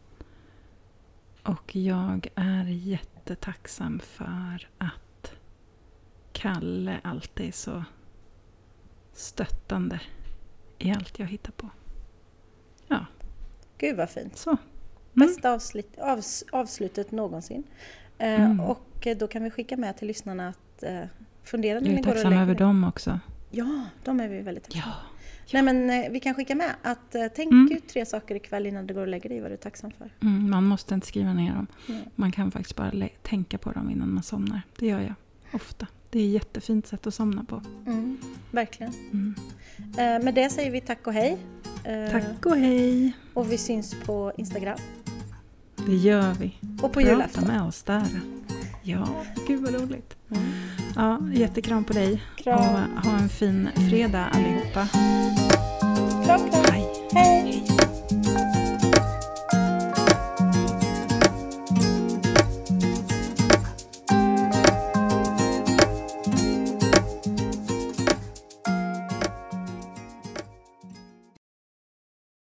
Och jag är jättetacksam för att Kalle alltid är så stöttande i allt jag hittar på. Ja.
Gud vad fint.
Så. Mm.
Bästa avslut, avs, avslutet någonsin. Mm. Uh, och då kan vi skicka med till lyssnarna att uh, fundera när ni går och lägger. Jag är tacksam
över dem också.
Ja, de är vi väldigt tacksamma.
Ja.
Nej, men eh, vi kan skicka med att eh, tänk
mm.
ut tre saker ikväll innan du går och lägger dig. Vad du är tacksam för.
Mm, man måste inte skriva ner dem.
Mm.
Man kan faktiskt bara lä- tänka på dem innan man somnar. Det gör jag ofta. Det är ett jättefint sätt att somna på.
Mm, verkligen.
Mm.
Eh, med det säger vi tack och hej.
Eh, tack och hej.
Och vi syns på Instagram.
Det gör vi.
Och på julafton.
Prata med oss där. Ja, gud vad roligt.
Mm.
Ja, jättekram på dig.
Kram.
Och ha en fin fredag allihopa.
Kram, kram.
Hej.
Hej.